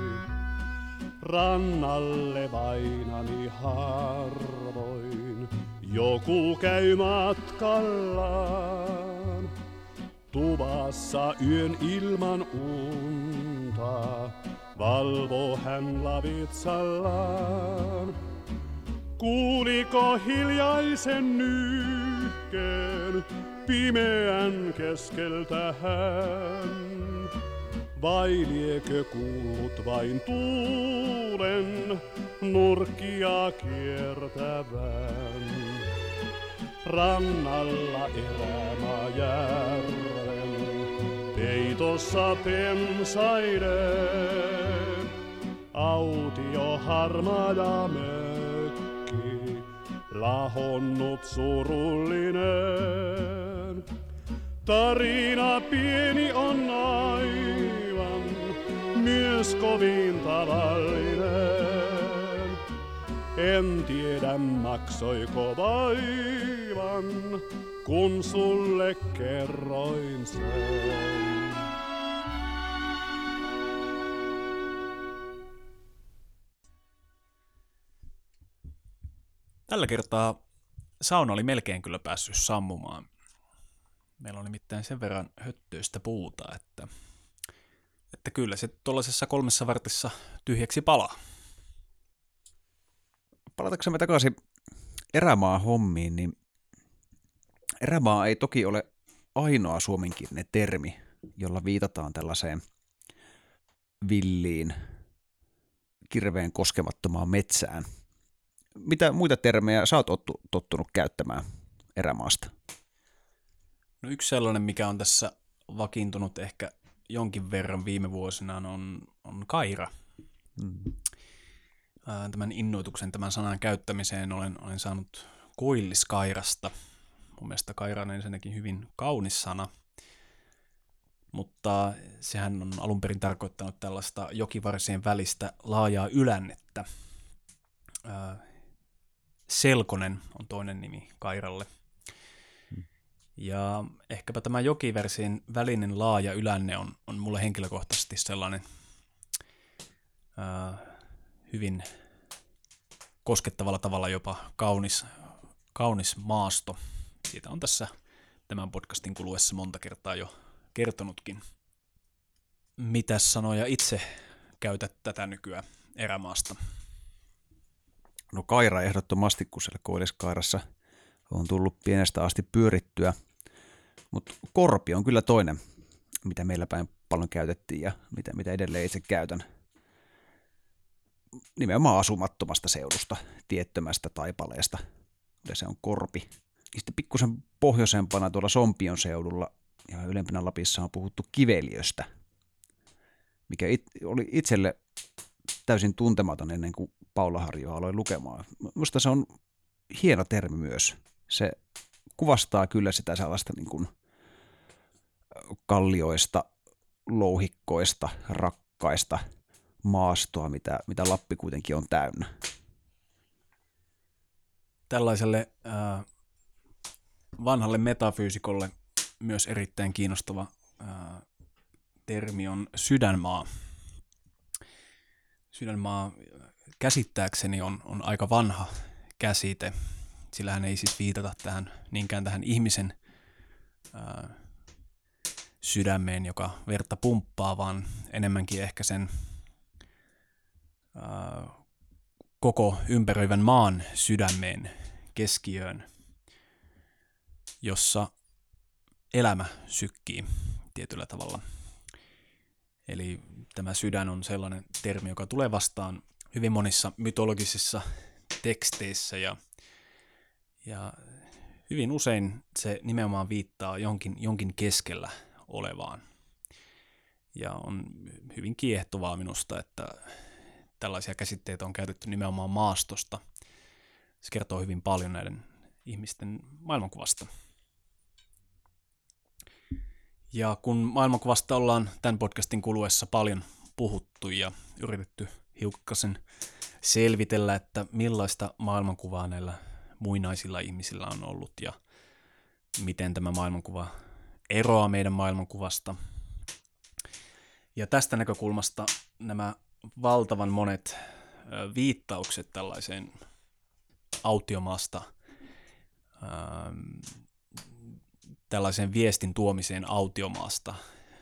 Rannalle vainani harvoin, joku käy matkallaan. Tuvassa yön ilman unta, valvo hän lavitsallaan. Kuuliko hiljaisen nyyhkeen pimeän keskeltä hän? Vai liekö kuullut vain tuulen nurkia kiertävän? Rannalla Erämaajärven peitossa pensaiden autio harmaa ja mökki, lahonnut surullinen. Tarina pieni on aivan, myös kovin tavallinen. En tiedä maksoiko vaivan, kun sulle kerroin sen. Tällä kertaa sauna oli melkein kyllä päässyt sammumaan. Meillä on nimittäin sen verran höttöistä puuta, että että kyllä se tuollaisessa 3 vartissa tyhjäksi palaa. Palataksemme takaisin erämaa-hommiin, niin erämaa ei toki ole ainoa suomenkielinen termi, jolla viitataan tällaiseen villiin, kirveen koskemattomaan metsään. Mitä muita termejä sä oot tottunut käyttämään erämaasta? No yksi sellainen, mikä on tässä vakiintunut ehkä jonkin verran viime vuosina, on kaira. Tämän innoituksen, tämän sanan käyttämiseen olen saanut koilliskairasta. Mun mielestä kaira on ensinnäkin hyvin kaunis sana, mutta sehän on alun perin tarkoittanut tällaista jokivarsien välistä laajaa ylännettä. Selkonen on toinen nimi kairalle. Ja ehkäpä tämä jokiversien välinen laaja ylänne on mulle henkilökohtaisesti sellainen hyvin koskettavalla tavalla jopa kaunis maasto. Siitä on tässä tämän podcastin kuluessa monta kertaa jo kertonutkin. Mitäs sanoja itse käytät tätä nykyään erämaasta? No kaira ehdottomasti, kun siellä koilliskairassa on tullut pienestä asti pyörittyä, mutta korpi on kyllä toinen, mitä meillä päin paljon käytettiin ja mitä edelleen itse käytän. Nimenomaan asumattomasta seudusta, tiettömästä taipaleesta, ja se on korpi. Ja sitten pikkusen pohjoisempana tuolla Sompion seudulla ja ylempänä Lapissa on puhuttu kiveliöstä, mikä oli itselle täysin tuntematon ennen kuin Paula Harjo aloin lukemaan. Minusta se on hieno termi myös. Se kuvastaa kyllä sitä sellaista niin kuin kallioista, louhikkoista, rakkaista maastoa, mitä Lappi kuitenkin on täynnä. Tällaiselle vanhalle metafyysikolle myös erittäin kiinnostava termi on sydänmaa. Sydänmaa käsittääkseni on aika vanha käsite. Sillähän ei siis viitata niinkään tähän ihmisen sydämeen, joka verta pumppaa, vaan enemmänkin ehkä sen koko ympäröivän maan sydämeen, keskiöön, jossa elämä sykkii tietyllä tavalla. Eli tämä sydän on sellainen termi, joka tulee vastaan hyvin monissa mytologisissa teksteissä ja hyvin usein se nimenomaan viittaa jonkin keskellä olevaan. Ja on hyvin kiehtovaa minusta, että tällaisia käsitteitä on käytetty nimenomaan maastosta. Se kertoo hyvin paljon näiden ihmisten maailmankuvasta. Ja kun maailmankuvasta ollaan tämän podcastin kuluessa paljon puhuttu ja yritetty hiukkasen selvitellä, että millaista maailmankuvaa näillä muinaisilla ihmisillä on ollut ja miten tämä maailmankuva eroaa meidän maailmankuvasta. Ja tästä näkökulmasta nämä valtavan monet viittaukset tällaiseen autiomaasta, tällaiseen viestin tuomiseen autiomaasta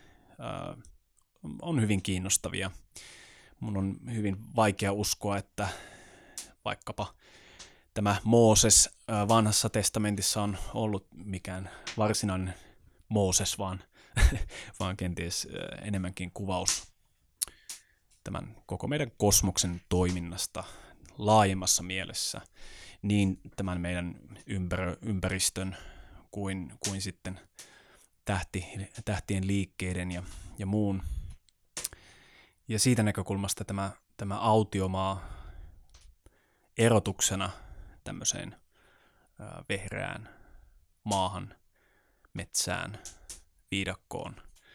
on hyvin kiinnostavia. Mun on hyvin vaikea uskoa, että vaikkapa tämä Mooses vanhassa testamentissa on ollut mikään varsinainen Mooses, vaan kenties enemmänkin kuvaus tämän koko meidän kosmoksen toiminnasta laajemmassa mielessä, niin tämän meidän ympäristön kuin sitten tähtien liikkeiden ja muun. Ja siitä näkökulmasta tämä autiomaa erotuksena tämmöiseen vehreään maahan, metsään, viidakkoon,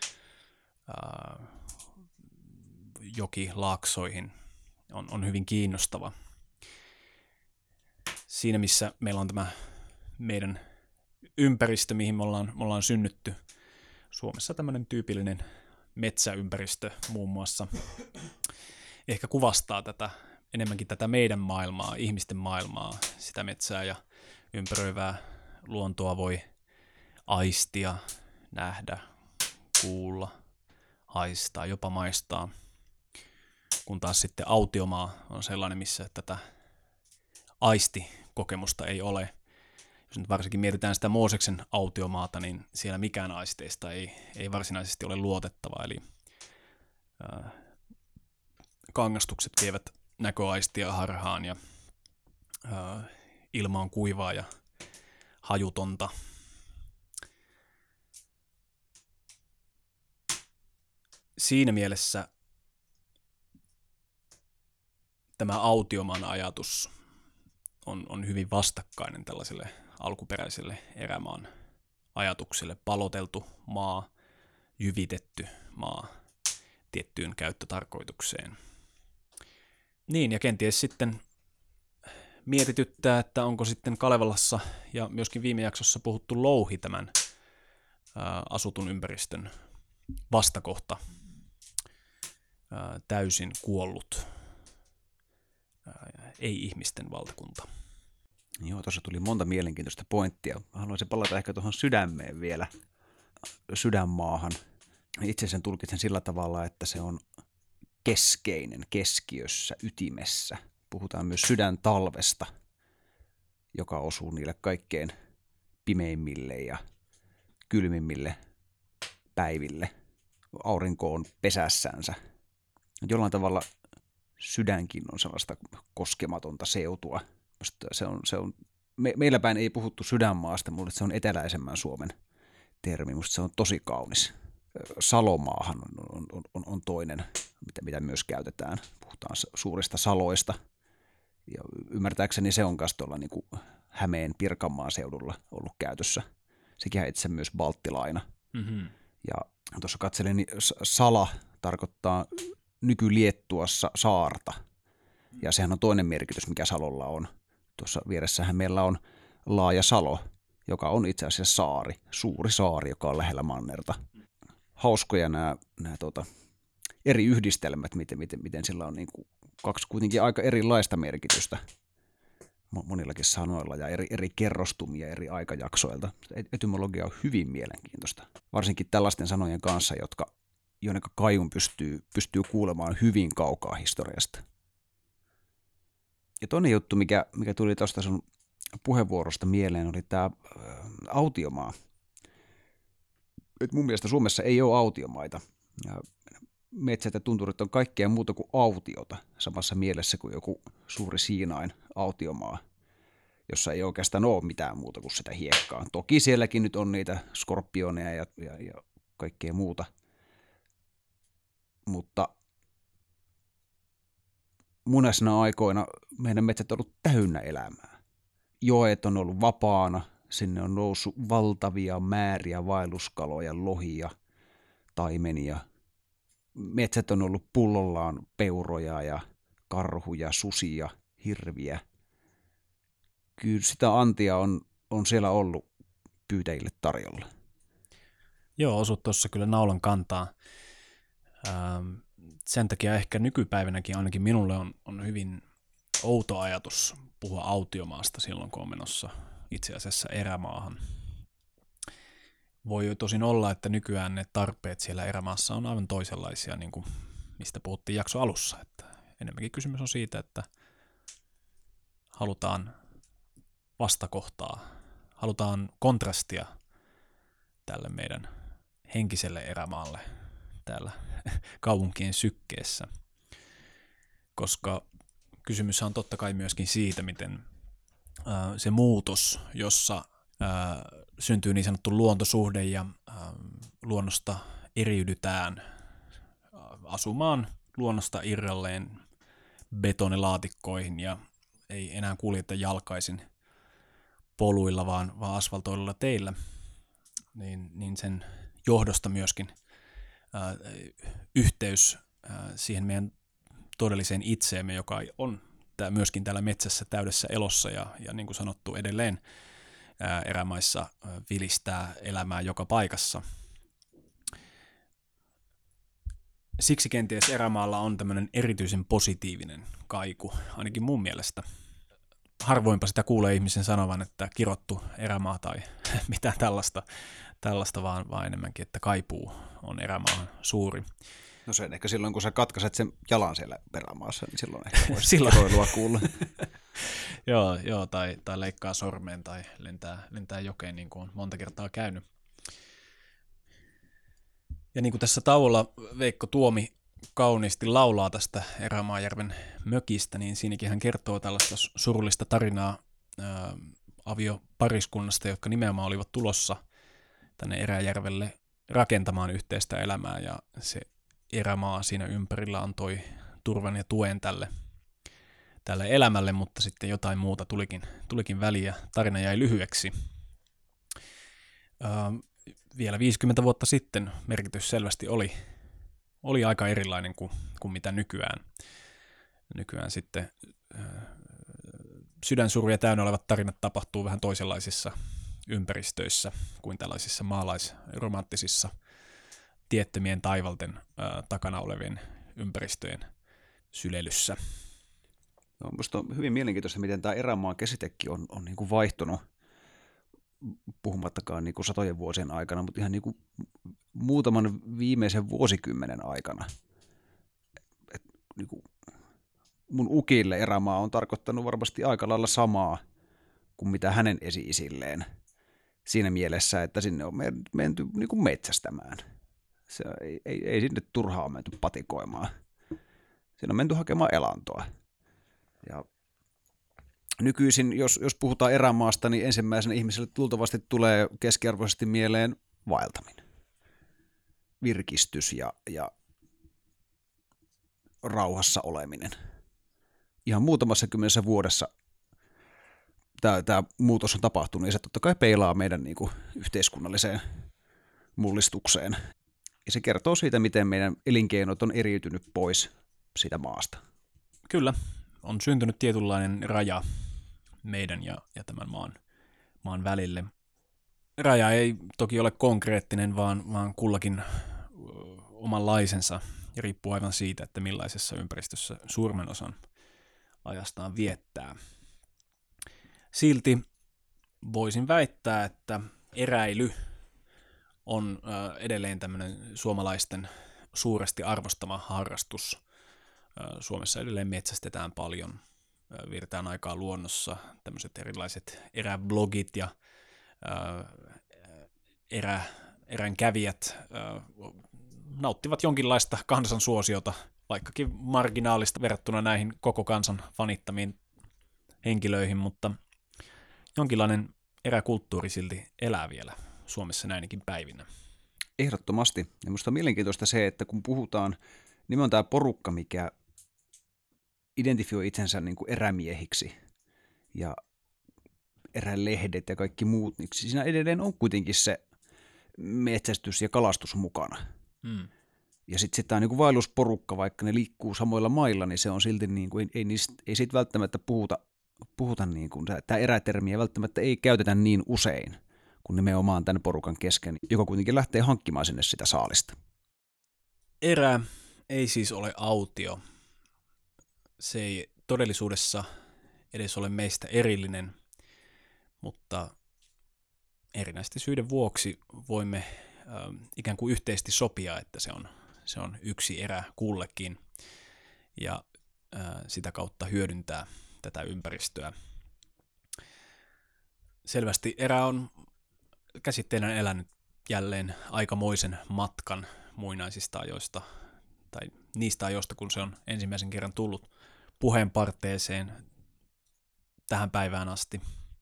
jokilaaksoihin on hyvin kiinnostava. Siinä missä meillä on tämä meidän ympäristö, mihin me ollaan synnytty. Suomessa tämmöinen tyypillinen metsäympäristö muun muassa ehkä kuvastaa enemmänkin tätä meidän maailmaa, ihmisten maailmaa, sitä metsää ja ympäröivää luontoa voi aistia, nähdä, kuulla, haistaa, jopa maistaa. Kun taas sitten autiomaa on sellainen, missä tätä aistikokemusta ei ole. Jos nyt varsinkin mietitään sitä Mooseksen autiomaata, niin siellä mikään aisteista ei varsinaisesti ole luotettava. Eli kangastukset vievät näköaistia harhaan ja ilma on kuivaa ja hajutonta. Siinä mielessä tämä autiomaan ajatus on hyvin vastakkainen tällaiselle alkuperäiselle erämaan ajatukselle. Paloteltu maa, jyvitetty maa tiettyyn käyttötarkoitukseen. Niin, ja kenties sitten mietityttää, että onko sitten Kalevalassa ja myöskin viime jaksossa puhuttu louhi tämän asutun ympäristön vastakohta, täysin kuollut ei-ihmisten valtakunta. Joo, tuossa tuli monta mielenkiintoista pointtia. Haluaisin palata ehkä tuohon sydämeen vielä, sydänmaahan. Itse sen tulkitsen sillä tavalla, että se on keskeinen, keskiössä, ytimessä. Puhutaan myös sydäntalvesta, joka osuu niille kaikkein pimeimmille ja kylmimmille päiville. Aurinko on pesässänsä. Jollain tavalla sydänkin on sellaista koskematonta seutua. Meillä päin ei puhuttu sydänmaasta, mutta se on eteläisemmän Suomen termi. Musta se on tosi kaunis. Salomaahan on toinen, mitä myös käytetään. Puhutaan suurista saloista. Ja ymmärtääkseni se on myös tuolla niin kuin Hämeen Pirkanmaan seudulla ollut käytössä. Sekin on itse myös balttilaina. Mm-hmm. Ja tuossa katselin, niin sala tarkoittaa nyky-Liettuassa saarta. Ja sehän on toinen merkitys, mikä salolla on. Tuossa vieressähän meillä on laaja salo, joka on itse asiassa saari, suuri saari, joka on lähellä mannerta. Hauskoja nämä eri yhdistelmät, miten sillä on niin kuin kaksi kuitenkin aika erilaista merkitystä monillakin sanoilla ja eri kerrostumia eri aikajaksoilta. Etymologia on hyvin mielenkiintoista, varsinkin tällaisten sanojen kanssa, joiden kaiun pystyy kuulemaan hyvin kaukaa historiasta. Ja toinen juttu, mikä tuli tuosta sun puheenvuorosta mieleen, oli tämä autiomaa. Et mun mielestä Suomessa ei ole autiomaita. Ja metsät ja tunturit on kaikkea muuta kuin autiota samassa mielessä kuin joku suuri Siinain autiomaa, jossa ei oikeastaan ole mitään muuta kuin sitä hiekkaa. Toki sielläkin nyt on niitä skorpioneja ja kaikkea muuta, mutta muinaisina aikoina meidän metsät on ollut täynnä elämää. Joet on ollut vapaana, sinne on noussut valtavia määriä vaelluskaloja, lohia, taimenia. Metsät on ollut pullollaan peuroja ja karhuja, susia, hirviä. Kyllä sitä antia on siellä ollut pyytäjille tarjolla. Joo, osut tuossa kyllä naulan kantaa. Sen takia ehkä nykypäivänäkin ainakin minulle on hyvin outo ajatus puhua autiomaasta silloin, kun on menossa itse asiassa erämaahan. Voi jo tosin olla, että nykyään ne tarpeet siellä erämaassa on aivan toisenlaisia, niin kuin mistä puhuttiin jakso alussa. Että enemmänkin kysymys on siitä, että halutaan vastakohtaa, halutaan kontrastia tälle meidän henkiselle erämaalle täällä kaupunkien sykkeessä, koska kysymys on totta kai myöskin siitä, miten se muutos, jossa syntyy niin sanottu luontosuhde ja luonnosta eriydytään asumaan luonnosta irralleen betonilaatikkoihin ja ei enää kuljeta jalkaisin poluilla, vaan asfaltoidulla teillä, niin sen johdosta myöskin yhteys siihen meidän todelliseen itseemme, joka on myöskin täällä metsässä täydessä elossa ja niin kuin sanottu edelleen erämaissa vilistää elämää joka paikassa. Siksi kenties erämaalla on tämmöinen erityisen positiivinen kaiku, ainakin mun mielestä. harvoinpa sitä kuulee ihmisen sanovan, että kirottu erämaa tai mitään tällaista vaan enemmänkin, että kaipuu on erämaahan suuri. No sen ehkä silloin, kun sä katkaiset sen jalan siellä erämaassa, niin silloin ehkä voisi kiroilua kuulla. Joo, tai leikkaa sormeen tai lentää jokeen, niin kuin on monta kertaa käynyt. Ja niin kuin tässä tauolla Veikko Tuomi kauniisti laulaa tästä Erämaajärven mökistä, niin siinäkin hän kertoo tällaista surullista tarinaa aviopariskunnasta, jotka nimenomaan olivat tulossa tänne Eräjärvelle rakentamaan yhteistä elämää, ja se erämaa siinä ympärillä antoi turvan ja tuen tälle elämälle, mutta sitten jotain muuta tulikin väliin ja tarina jäi lyhyeksi. Vielä 50 vuotta sitten merkitys selvästi oli aika erilainen kuin mitä nykyään. Nykyään sitten sydänsuruja täynnä olevat tarinat tapahtuu vähän toisenlaisissa ympäristöissä kuin tällaisissa maalaisromanttisissa tiettömien taivalten takana olevien ympäristöjen sylelyssä. No, minusta on hyvin mielenkiintoista, miten tämä erämaan käsitekin on niin kuin vaihtunut, puhumattakaan niin kuin satojen vuosien aikana, mutta ihan niin kuin muutaman viimeisen vuosikymmenen aikana. Niin kuin mun ukille erämaa on tarkoittanut varmasti aika lailla samaa kuin mitä hänen esi-isilleen. Siinä mielessä, että sinne on menty niin kuin metsästämään. Se ei sinne turhaan ole menty patikoimaan. Siinä on menty hakemaan elantoa. Ja nykyisin, jos puhutaan erämaasta, niin ensimmäisenä ihmiselle luultavasti tulee keskiarvoisesti mieleen vaeltaminen. Virkistys ja rauhassa oleminen. Ihan muutamassa kymmenessä vuodessa tämä muutos on tapahtunut, ja se totta kai peilaa meidän niin kuin yhteiskunnalliseen mullistukseen. Ja se kertoo siitä, miten meidän elinkeinot on eriytynyt pois siitä maasta. Kyllä, on syntynyt tietynlainen raja meidän ja tämän maan välille. Raja ei toki ole konkreettinen, vaan kullakin omanlaisensa, ja riippuu aivan siitä, että millaisessa ympäristössä suurimman osan ajastaan viettää. Silti voisin väittää, että eräily on edelleen tämmöinen suomalaisten suuresti arvostama harrastus. Suomessa edelleen metsästetään paljon, vietetään aikaa luonnossa, tämmöiset erilaiset eräblogit ja eränkävijät nauttivat jonkinlaista kansansuosiota, vaikkakin marginaalista verrattuna näihin koko kansan fanittamiin henkilöihin, mutta jonkinlainen eräkulttuuri silti elää vielä Suomessa näinkin päivinä. Ehdottomasti. Ja minusta on mielenkiintoista se, että kun puhutaan, nimenomaan tämä porukka, mikä identifioi itsensä niin kuin erämiehiksi ja erälehdet ja kaikki muut, niin siinä edelleen on kuitenkin se metsästys ja kalastus mukana. Ja sitten tämä niin kuin vaellusporukka, vaikka ne liikkuu samoilla mailla, niin se on silti, niin kuin, ei siitä välttämättä puhuta niin kuin, tämä erätermiä välttämättä ei käytetä niin usein kuin nimenomaan tämän porukan kesken, joka kuitenkin lähtee hankkimaan sinne sitä saalista. Erä ei siis ole autio. Se ei todellisuudessa edes ole meistä erillinen, mutta erinäisten syiden vuoksi voimme ikään kuin yhteisesti sopia, että se on yksi erä kullekin ja sitä kautta hyödyntää tätä ympäristöä. Selvästi erä on käsitteenä elänyt jälleen aikamoisen matkan muinaisista ajoista, tai niistä ajoista, kun se on ensimmäisen kerran tullut puheenparteeseen tähän päivään asti.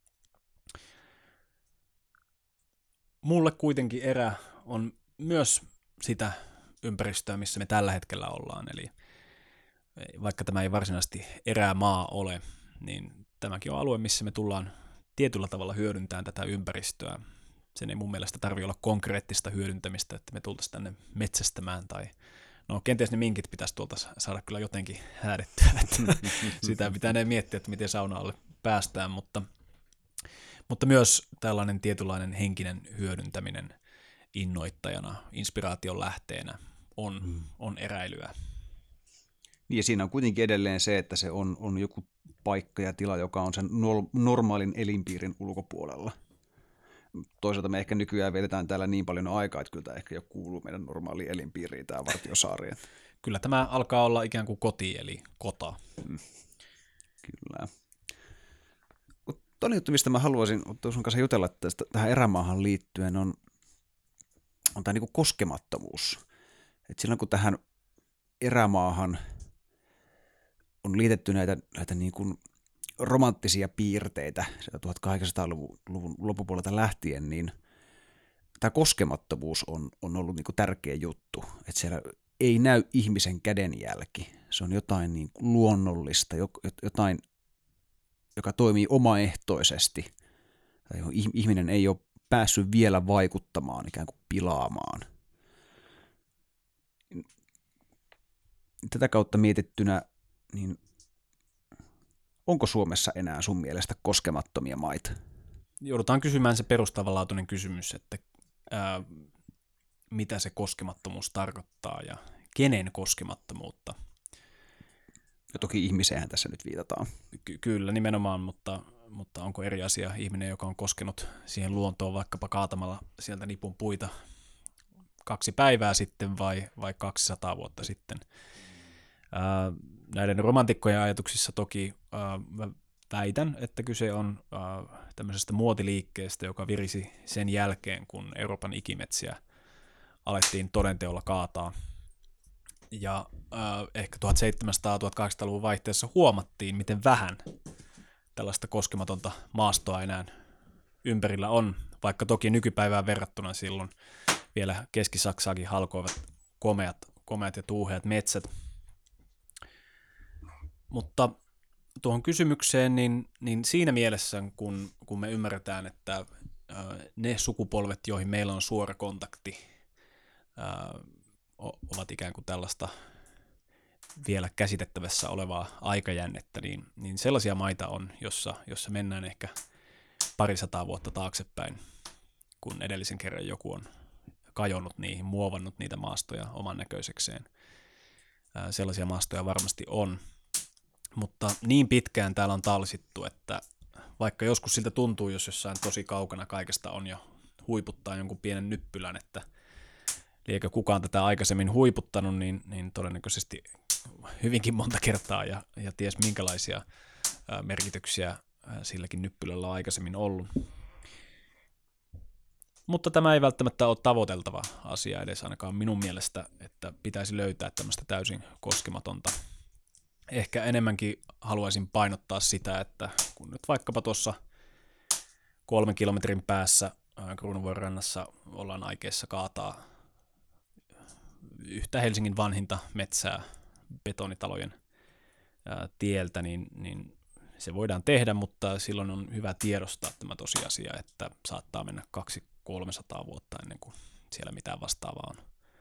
Mulle kuitenkin erä on myös sitä ympäristöä, missä me tällä hetkellä ollaan, eli vaikka tämä ei varsinaisesti erämaa ole, niin tämäkin on alue, missä me tullaan tietyllä tavalla hyödyntämään tätä ympäristöä. Sen ei mun mielestä tarvitse olla konkreettista hyödyntämistä, että me tultaisiin tänne metsästämään tai no kenties ne minkit pitäisi tuolta saada kyllä jotenkin häädettyä, että sitä pitää ne miettiä, että miten sauna alle päästään, mutta myös tällainen tietynlainen henkinen hyödyntäminen innoittajana, inspiraation lähteenä on eräilyä. Niin, ja siinä on kuitenkin edelleen se, että se on joku paikka ja tila, joka on sen normaalin elinpiirin ulkopuolella. Toisaalta me ehkä nykyään vietetään täällä niin paljon aikaa, että kyllä tämä ehkä jo kuuluu meidän normaaliin elinpiiriin, tämä Vartiosaari. Kyllä tämä alkaa olla ikään kuin koti, eli kota. Kyllä. Toinen juttu, mistä mä haluaisin sun kanssa jutella tähän erämaahan liittyen, on tämä niin kuin koskemattomuus. Et silloin kun tähän erämaahan on liitetty näitä niin kuin romanttisia piirteitä 1800-luvun loppupuolelta lähtien, niin tämä koskemattomuus on ollut niin kuin tärkeä juttu. Että siellä ei näy ihmisen kädenjälki. Se on jotain niin kuin luonnollista, jotain, joka toimii omaehtoisesti. Tai ihminen ei ole päässyt vielä vaikuttamaan, ikään kuin pilaamaan. Tätä kautta mietittynä, niin onko Suomessa enää sun mielestä koskemattomia maita? Joudutaan kysymään se perustavanlaatuinen kysymys, että mitä se koskemattomuus tarkoittaa ja kenen koskemattomuutta. Ja toki ihmiseenhän tässä nyt viitataan. Kyllä nimenomaan, mutta onko eri asia ihminen, joka on koskenut siihen luontoon vaikkapa kaatamalla sieltä nipun puita 2 päivää sitten vai 200 vuotta sitten. Näiden romantikkojen ajatuksissa toki mä väitän, että kyse on tämmöisestä muotiliikkeestä, joka virisi sen jälkeen, kun Euroopan ikimetsiä alettiin todenteolla kaataa. Ja ehkä 1700-1800-luvun vaihteessa huomattiin, miten vähän tällaista koskematonta maastoa enää ympärillä on, vaikka toki nykypäivään verrattuna silloin vielä Keski-Saksaakin halkoivat komeat ja tuuheat metsät. Mutta tuohon kysymykseen, niin siinä mielessä, kun me ymmärretään, että ne sukupolvet, joihin meillä on suora kontakti, ovat ikään kuin tällaista vielä käsitettävässä olevaa aikajännettä, niin sellaisia maita on, jossa mennään ehkä 200 vuotta taaksepäin, kun edellisen kerran joku on kajonnut niihin, muovannut niitä maastoja oman näköisekseen. Sellaisia maastoja varmasti on, mutta niin pitkään täällä on talsittu, että vaikka joskus siltä tuntuu, jos jossain tosi kaukana kaikesta on jo huiputtaa jonkun pienen nyppylän, että liekö kukaan tätä aikaisemmin huiputtanut, niin todennäköisesti hyvinkin monta kertaa ja ties minkälaisia merkityksiä silläkin nyppylällä on aikaisemmin ollut. Mutta tämä ei välttämättä ole tavoiteltava asia edes ainakaan minun mielestä, että pitäisi löytää tämmöistä täysin koskematonta. Ehkä enemmänkin haluaisin painottaa sitä, että kun nyt vaikkapa tuossa 3 kilometrin päässä Kruununvuoren rannassa ollaan aikeissa kaataa yhtä Helsingin vanhinta metsää betonitalojen tieltä, niin se voidaan tehdä, mutta silloin on hyvä tiedostaa tämä tosiasia, että saattaa mennä 200-300 vuotta ennen kuin siellä mitään vastaavaa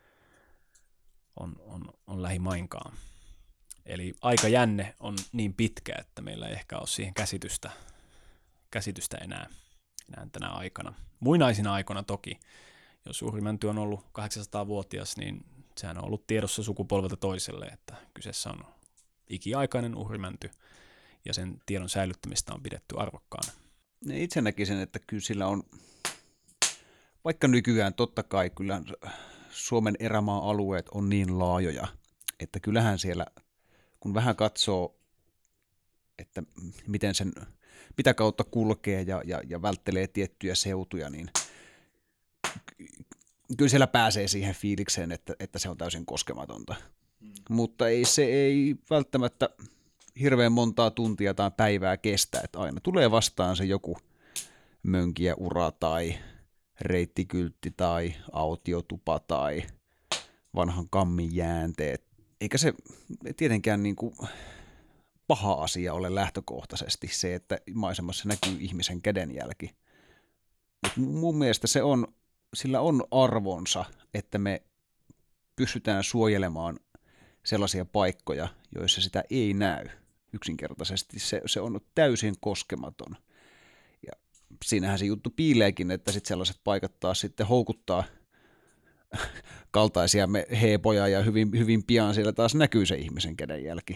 on lähimainkaan. Eli aikajänne on niin pitkä, että meillä ei ehkä ole siihen käsitystä enää tänä aikana. Muinaisina aikoina toki, jos uhrimänty on ollut 800-vuotias, niin sehän on ollut tiedossa sukupolvelta toiselle, että kyseessä on ikiaikainen uhrimänty, ja sen tiedon säilyttämistä on pidetty arvokkaana. Itse näkisin, että kyllä sillä on, vaikka nykyään totta kai kyllä Suomen erämaa-alueet on niin laajoja, että kyllähän siellä, kun vähän katsoo, että mitä kautta kulkee ja välttelee tiettyjä seutuja, niin kyllä siellä pääsee siihen fiilikseen, että se on täysin koskematonta. Mutta se ei välttämättä hirveän montaa tuntia tai päivää kestä, että aina tulee vastaan se joku mönkiä ura tai reittikyltti tai autiotupa tai vanhan kammin jäänteet. Eikä se tietenkään niin kuin paha asia ole lähtökohtaisesti se, että maisemassa näkyy ihmisen kädenjälki. Mun mielestä sillä on arvonsa, että me pystytään suojelemaan sellaisia paikkoja, joissa sitä ei näy. Yksinkertaisesti se on täysin koskematon. Ja siinähän se juttu piileekin, että sitten sellaiset paikat taas sitten houkuttaa kaltaisia me heepoja ja hyvin pian siellä taas näkyy se ihmisen kädenjälki.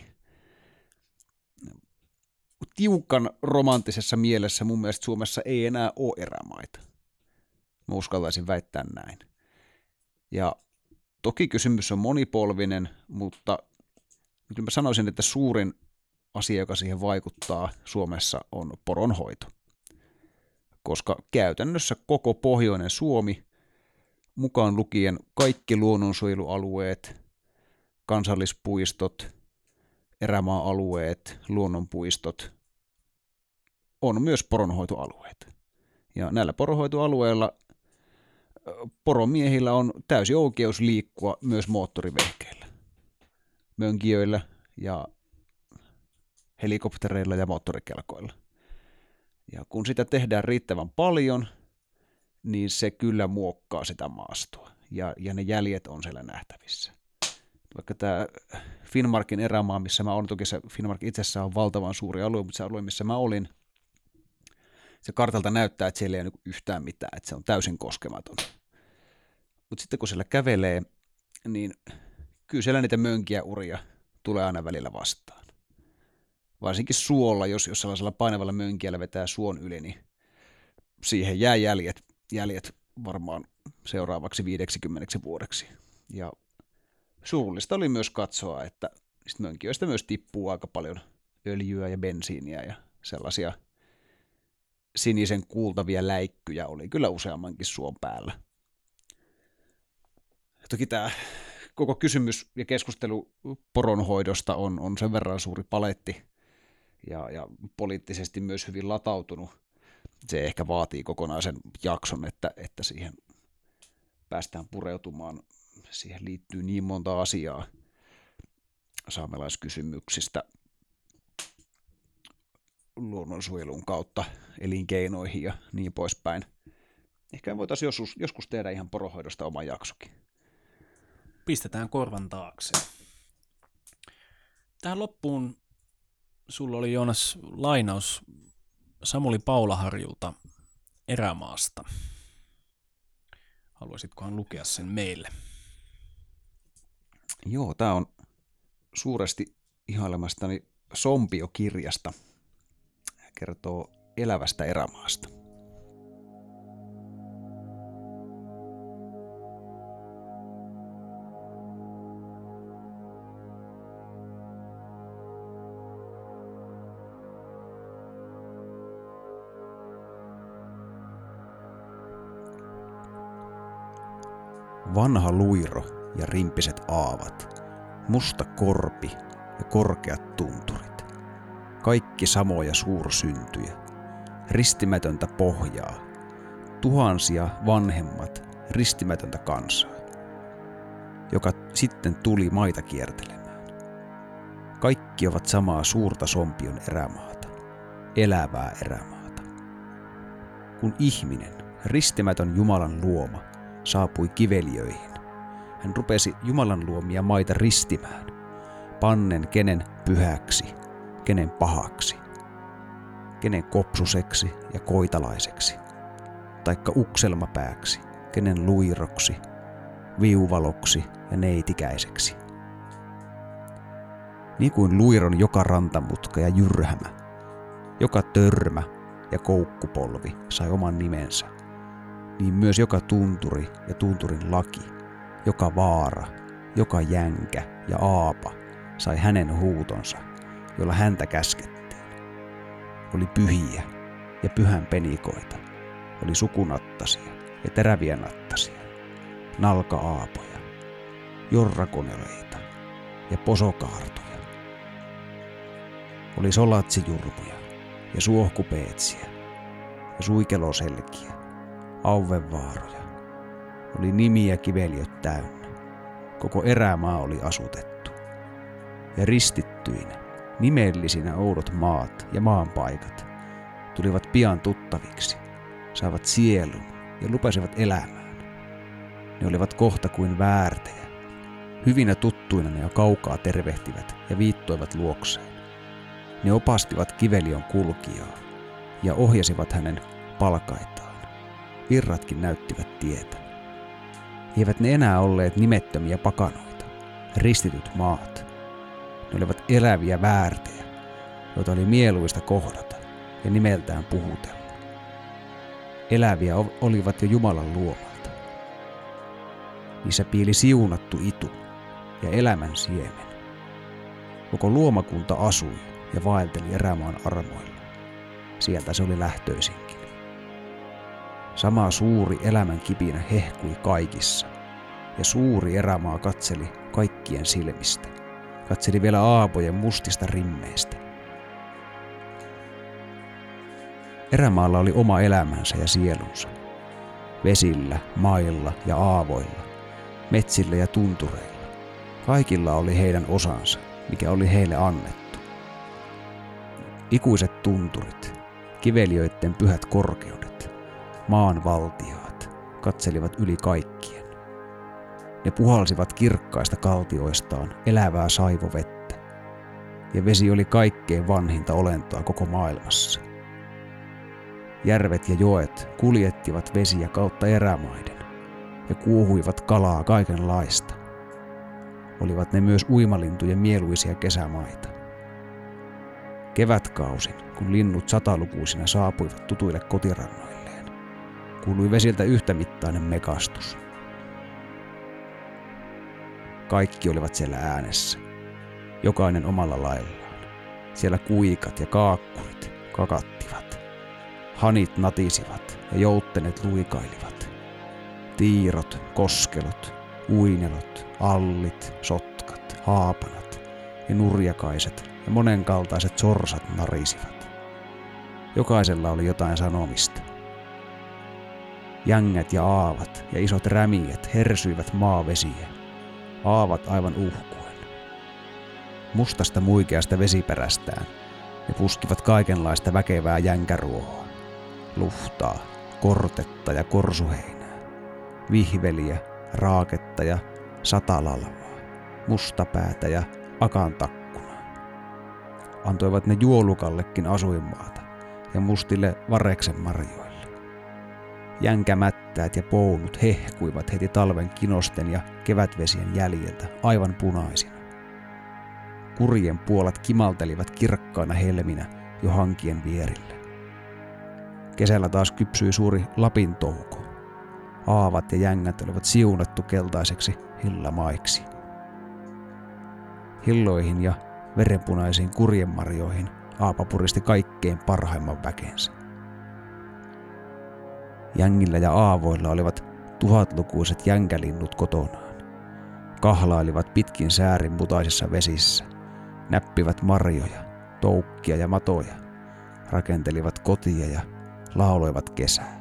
Tiukan romanttisessa mielessä mun mielestä Suomessa ei enää ole erämaita. Mä uskaltaisin väittää näin. Ja toki kysymys on monipolvinen, mutta kyllä mä sanoisin, että suurin asia, joka siihen vaikuttaa Suomessa, on poronhoito. Koska käytännössä koko pohjoinen Suomi, mukaan lukien kaikki luonnonsuojelualueet, kansallispuistot, erämaa-alueet, luonnonpuistot, on myös poronhoitoalueet. Ja näillä poronhoitoalueilla poromiehillä on täysi oikeus liikkua myös moottorivehkeillä, mönkijöillä ja helikoptereilla ja moottorikelkoilla. Ja kun sitä tehdään riittävän paljon, niin se kyllä muokkaa sitä maastoa ja ne jäljet on siellä nähtävissä. Vaikka tämä Finnmarkin erämaa, missä mä olen, toki se Finnmark itsessään on valtavan suuri alue, mutta se alue, missä mä olin, se kartalta näyttää, että siellä ei ole yhtään mitään, että se on täysin koskematon. Mutta sitten kun siellä kävelee, niin kyllä siellä niitä mönkiä uria tulee aina välillä vastaan. Varsinkin suolla, jos sellaisella painavalla mönkijällä vetää suon yli, niin siihen jää jäljet varmaan seuraavaksi 50 vuodeksi. Ja surullista oli myös katsoa, että mönkijöistä myös tippuu aika paljon öljyä ja bensiiniä ja sellaisia sinisen kuultavia läikkyjä oli kyllä useammankin suon päällä. Toki tämä koko kysymys ja keskustelu poronhoidosta on sen verran suuri paletti ja poliittisesti myös hyvin latautunut. Se ehkä vaatii kokonaisen jakson, että siihen päästään pureutumaan. Siihen liittyy niin monta asiaa saamelaiskysymyksistä luonnonsuojelun kautta elinkeinoihin ja niin poispäin. Ehkä me voitaisiin joskus tehdä ihan poronhoidosta oman jaksokin. Pistetään korvan taakse. Tähän loppuun sulla oli, Joonas, lainaus Samuli Paulaharjulta Erämaasta. Haluaisitkohan lukea sen meille? Joo, tämä on suuresti ihailemastani Sompio-kirjasta. Kertoo elävästä erämaasta. Vanha luiro ja rimpiset aavat, musta korpi ja korkeat tunturit. Kaikki samoja suursyntyjä, ristimätöntä pohjaa, tuhansia vanhemmat ristimätöntä kansaa, joka sitten tuli maita kiertelemään. Kaikki ovat samaa suurta Sompion erämaata, elävää erämaata. Kun ihminen, ristimätön Jumalan luoma, saapui kiveliöihin, hän rupesi Jumalan luomia maita ristimään, pannen kenen pyhäksi, kenen pahaksi, kenen kopsuseksi ja koitalaiseksi, taikka ukselmapääksi, kenen luiroksi, viuvaloksi ja neitikäiseksi. Niin kuin luiron joka rantamutka ja jyrhämä, joka törmä ja koukkupolvi sai oman nimensä, niin myös joka tunturi ja tunturin laki, joka vaara, joka jänkä ja aapa sai hänen huutonsa, jolla häntä käskettiin. Oli pyhiä ja pyhän penikoita, oli sukunattasia ja teräviä nattasia, nalka-aapoja, jorrakoneleita ja posokaartoja. Oli solatsijurmuja ja suohkupeetsiä ja suikeloselkiä, auvenvaaroja. Oli nimiä kiveliöt täynnä. Koko erämaa oli asutettu. Ja ristittyinä, nimellisinä oudot maat ja maanpaikat tulivat pian tuttaviksi, saivat sielun ja lupasivat elämään. Ne olivat kohta kuin väärtejä. Hyvinä tuttuina ne jo kaukaa tervehtivät ja viittoivat luokseen. Ne opastivat kiveliön kulkijaa ja ohjasivat hänen palkaitaan. Virratkin näyttivät tietä. Eivät ne enää olleet nimettömiä pakanoita, ristityt maat. Ne olivat eläviä väärtejä, joita oli mieluista kohdata ja nimeltään puhutella. Eläviä olivat jo Jumalan luomalta. Niissä piili siunattu itu ja elämän siemen. Koko luomakunta asui ja vaelteli erämaan armoilla. Sieltä se oli lähtöisinkin. Sama suuri elämän kipinä hehkui kaikissa, ja suuri erämaa katseli kaikkien silmistä. Katseli vielä aapojen mustista rimmeistä. Erämaalla oli oma elämänsä ja sielunsa. Vesillä, mailla ja aavoilla, metsillä ja tuntureilla. Kaikilla oli heidän osansa, mikä oli heille annettu. Ikuiset tunturit, kiveliöiden pyhät korkeudet, maan valtiaat katselivat yli kaikkien. Ne puhalsivat kirkkaista kaltioistaan elävää saivovettä, ja vesi oli kaikkein vanhinta olentoa koko maailmassa. Järvet ja joet kuljettivat vesiä kautta erämaiden ja kuohuivat kalaa kaikenlaista. Olivat ne myös uimalintujen mieluisia kesämaita. Kevätkausin, kun linnut satalukuisina saapuivat tutuille kotirannoilleen, kuului vesiltä yhtämittainen mekastus. Kaikki olivat siellä äänessä, jokainen omalla laillaan. Siellä kuikat ja kaakkurit kakattivat. Hanit natisivat ja jouttenet luikailivat. Tiirot, koskelot, uinelot, allit, sotkat, haapanat ja nurjakaiset ja monenkaltaiset sorsat narisivat. Jokaisella oli jotain sanomista. Jängät ja aavat ja isot rämiet hersyivät maavesiä, aavat aivan uhkuen. Mustasta muikeasta vesiperästään ne puskivat kaikenlaista väkevää jänkäruohoa, luhtaa, kortetta ja korsuheinää, vihveliä, raaketta ja satalalvaa, mustapäätä ja akantakkunaa. Antoivat ne juolukallekin asuinmaata ja mustille vareksen marjoille. Jänkämättäät ja pounut hehkuivat heti talven kinosten ja kevätvesien jäljiltä aivan punaisina. Kurjen puolat kimaltelivat kirkkaina helminä jo hankien vierille. Kesällä taas kypsyi suuri Lapin touko. Aavat ja jängät olivat siunattu keltaiseksi hillamaiksi. Hilloihin ja verenpunaisiin kurjenmarjoihin aapa puristi kaikkein parhaimman väkensä. Jängillä ja aavoilla olivat tuhatlukuiset jänkälinnut kotonaan. Kahlailivat pitkin säärin mutaisissa vesissä, näppivät marjoja, toukkia ja matoja, rakentelivat kotia ja lauloivat kesää.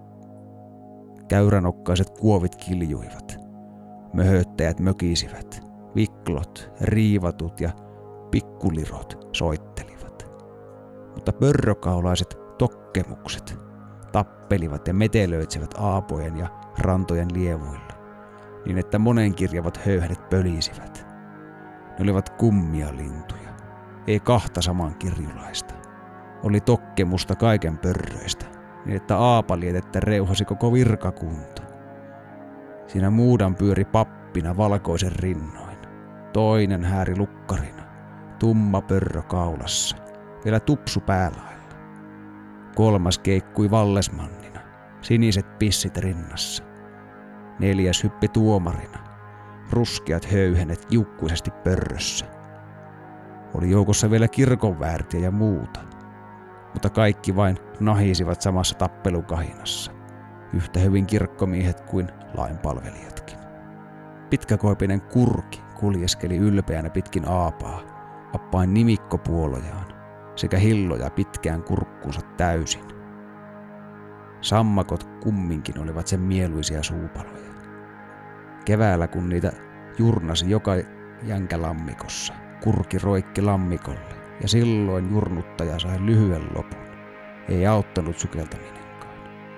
Käyränokkaiset kuovit kiljuivat, möhöttäjät mökisivät, viklot, riivatut ja pikkulirot soittelivat. Mutta pörrökaulaiset tokkemukset tappelivat ja metelöitsivät aapojen ja rantojen lievuilla, niin että monenkirjavat höyhenet pölisivät. Ne olivat kummia lintuja, ei kahta saman kirjulaista. Oli tokkemusta kaiken pörröistä, niin että aapalietettä reuhasi koko virkakunta. Siinä muudan pyöri pappina valkoisen rinnoin, toinen hääri lukkarina, tumma pörrö kaulassa, vielä tupsu päälailla. Kolmas keikkui vallesmannina, siniset pissit rinnassa. Neljäs hyppi tuomarina, ruskeat höyhenet kiukkuisesti pörrössä. Oli joukossa vielä kirkonväärtiä ja muuta, mutta kaikki vain nahisivat samassa tappelukahinassa, yhtä hyvin kirkkomiehet kuin lainpalvelijatkin. Pitkäkoipinen kurki kuljeskeli ylpeänä pitkin aapaa, appain nimikkopuolojaan, sekä hilloja pitkään kurkkuunsa täysin. Sammakot kumminkin olivat sen mieluisia suupaloja. Keväällä kun niitä jurnasi joka jänkälammikossa, kurki roikki lammikolle ja silloin jurnuttaja sai lyhyen lopun. Ei auttanut sukeltaminenkaan.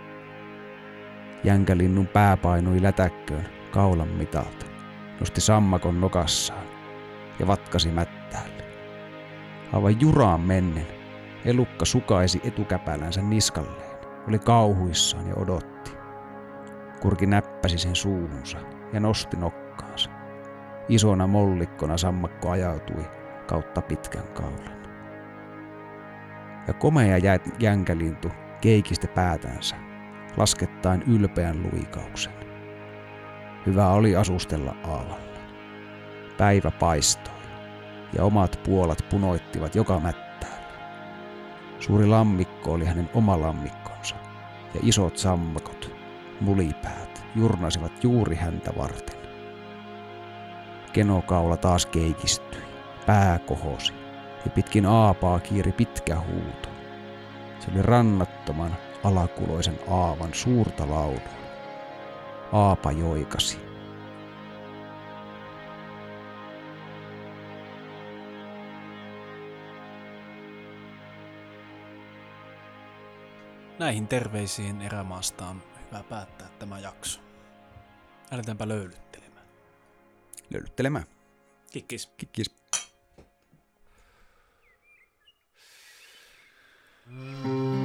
Jänkälinnun pää painui lätäkköön kaulan mitalta, nosti sammakon nokassaan ja vatkasi mättäälle. Aivan juraan mennen elukka sukaisi etukäpälänsä niskalleen, oli kauhuissaan ja odotti. Kurki näppäsi sen suuhunsa ja nosti nokkaansa. Isona mollikkona sammakko ajautui kautta pitkän kaulan. Ja komea jänkälintu keikistä päätänsä, laskettaen ylpeän luikauksen. Hyvä oli asustella aavalla. Päivä paistoi, ja omat puolat punoittivat joka mättäällä. Suuri lammikko oli hänen oma lammikkonsa, ja isot sammakot, mulipäät, jurnasivat juuri häntä varten. Kenokaula taas keikistyi, pää kohosi, ja pitkin aapaa kiiri pitkä huuto. Se oli rannattoman alakuloisen aavan suurta laulua. Aapa joikasi. Näihin terveisiin erämaasta on hyvä päättää tämä jakso. Lähdetäänpä löylyttelemään. Löylyttelemään. Kikkis. Kikkis.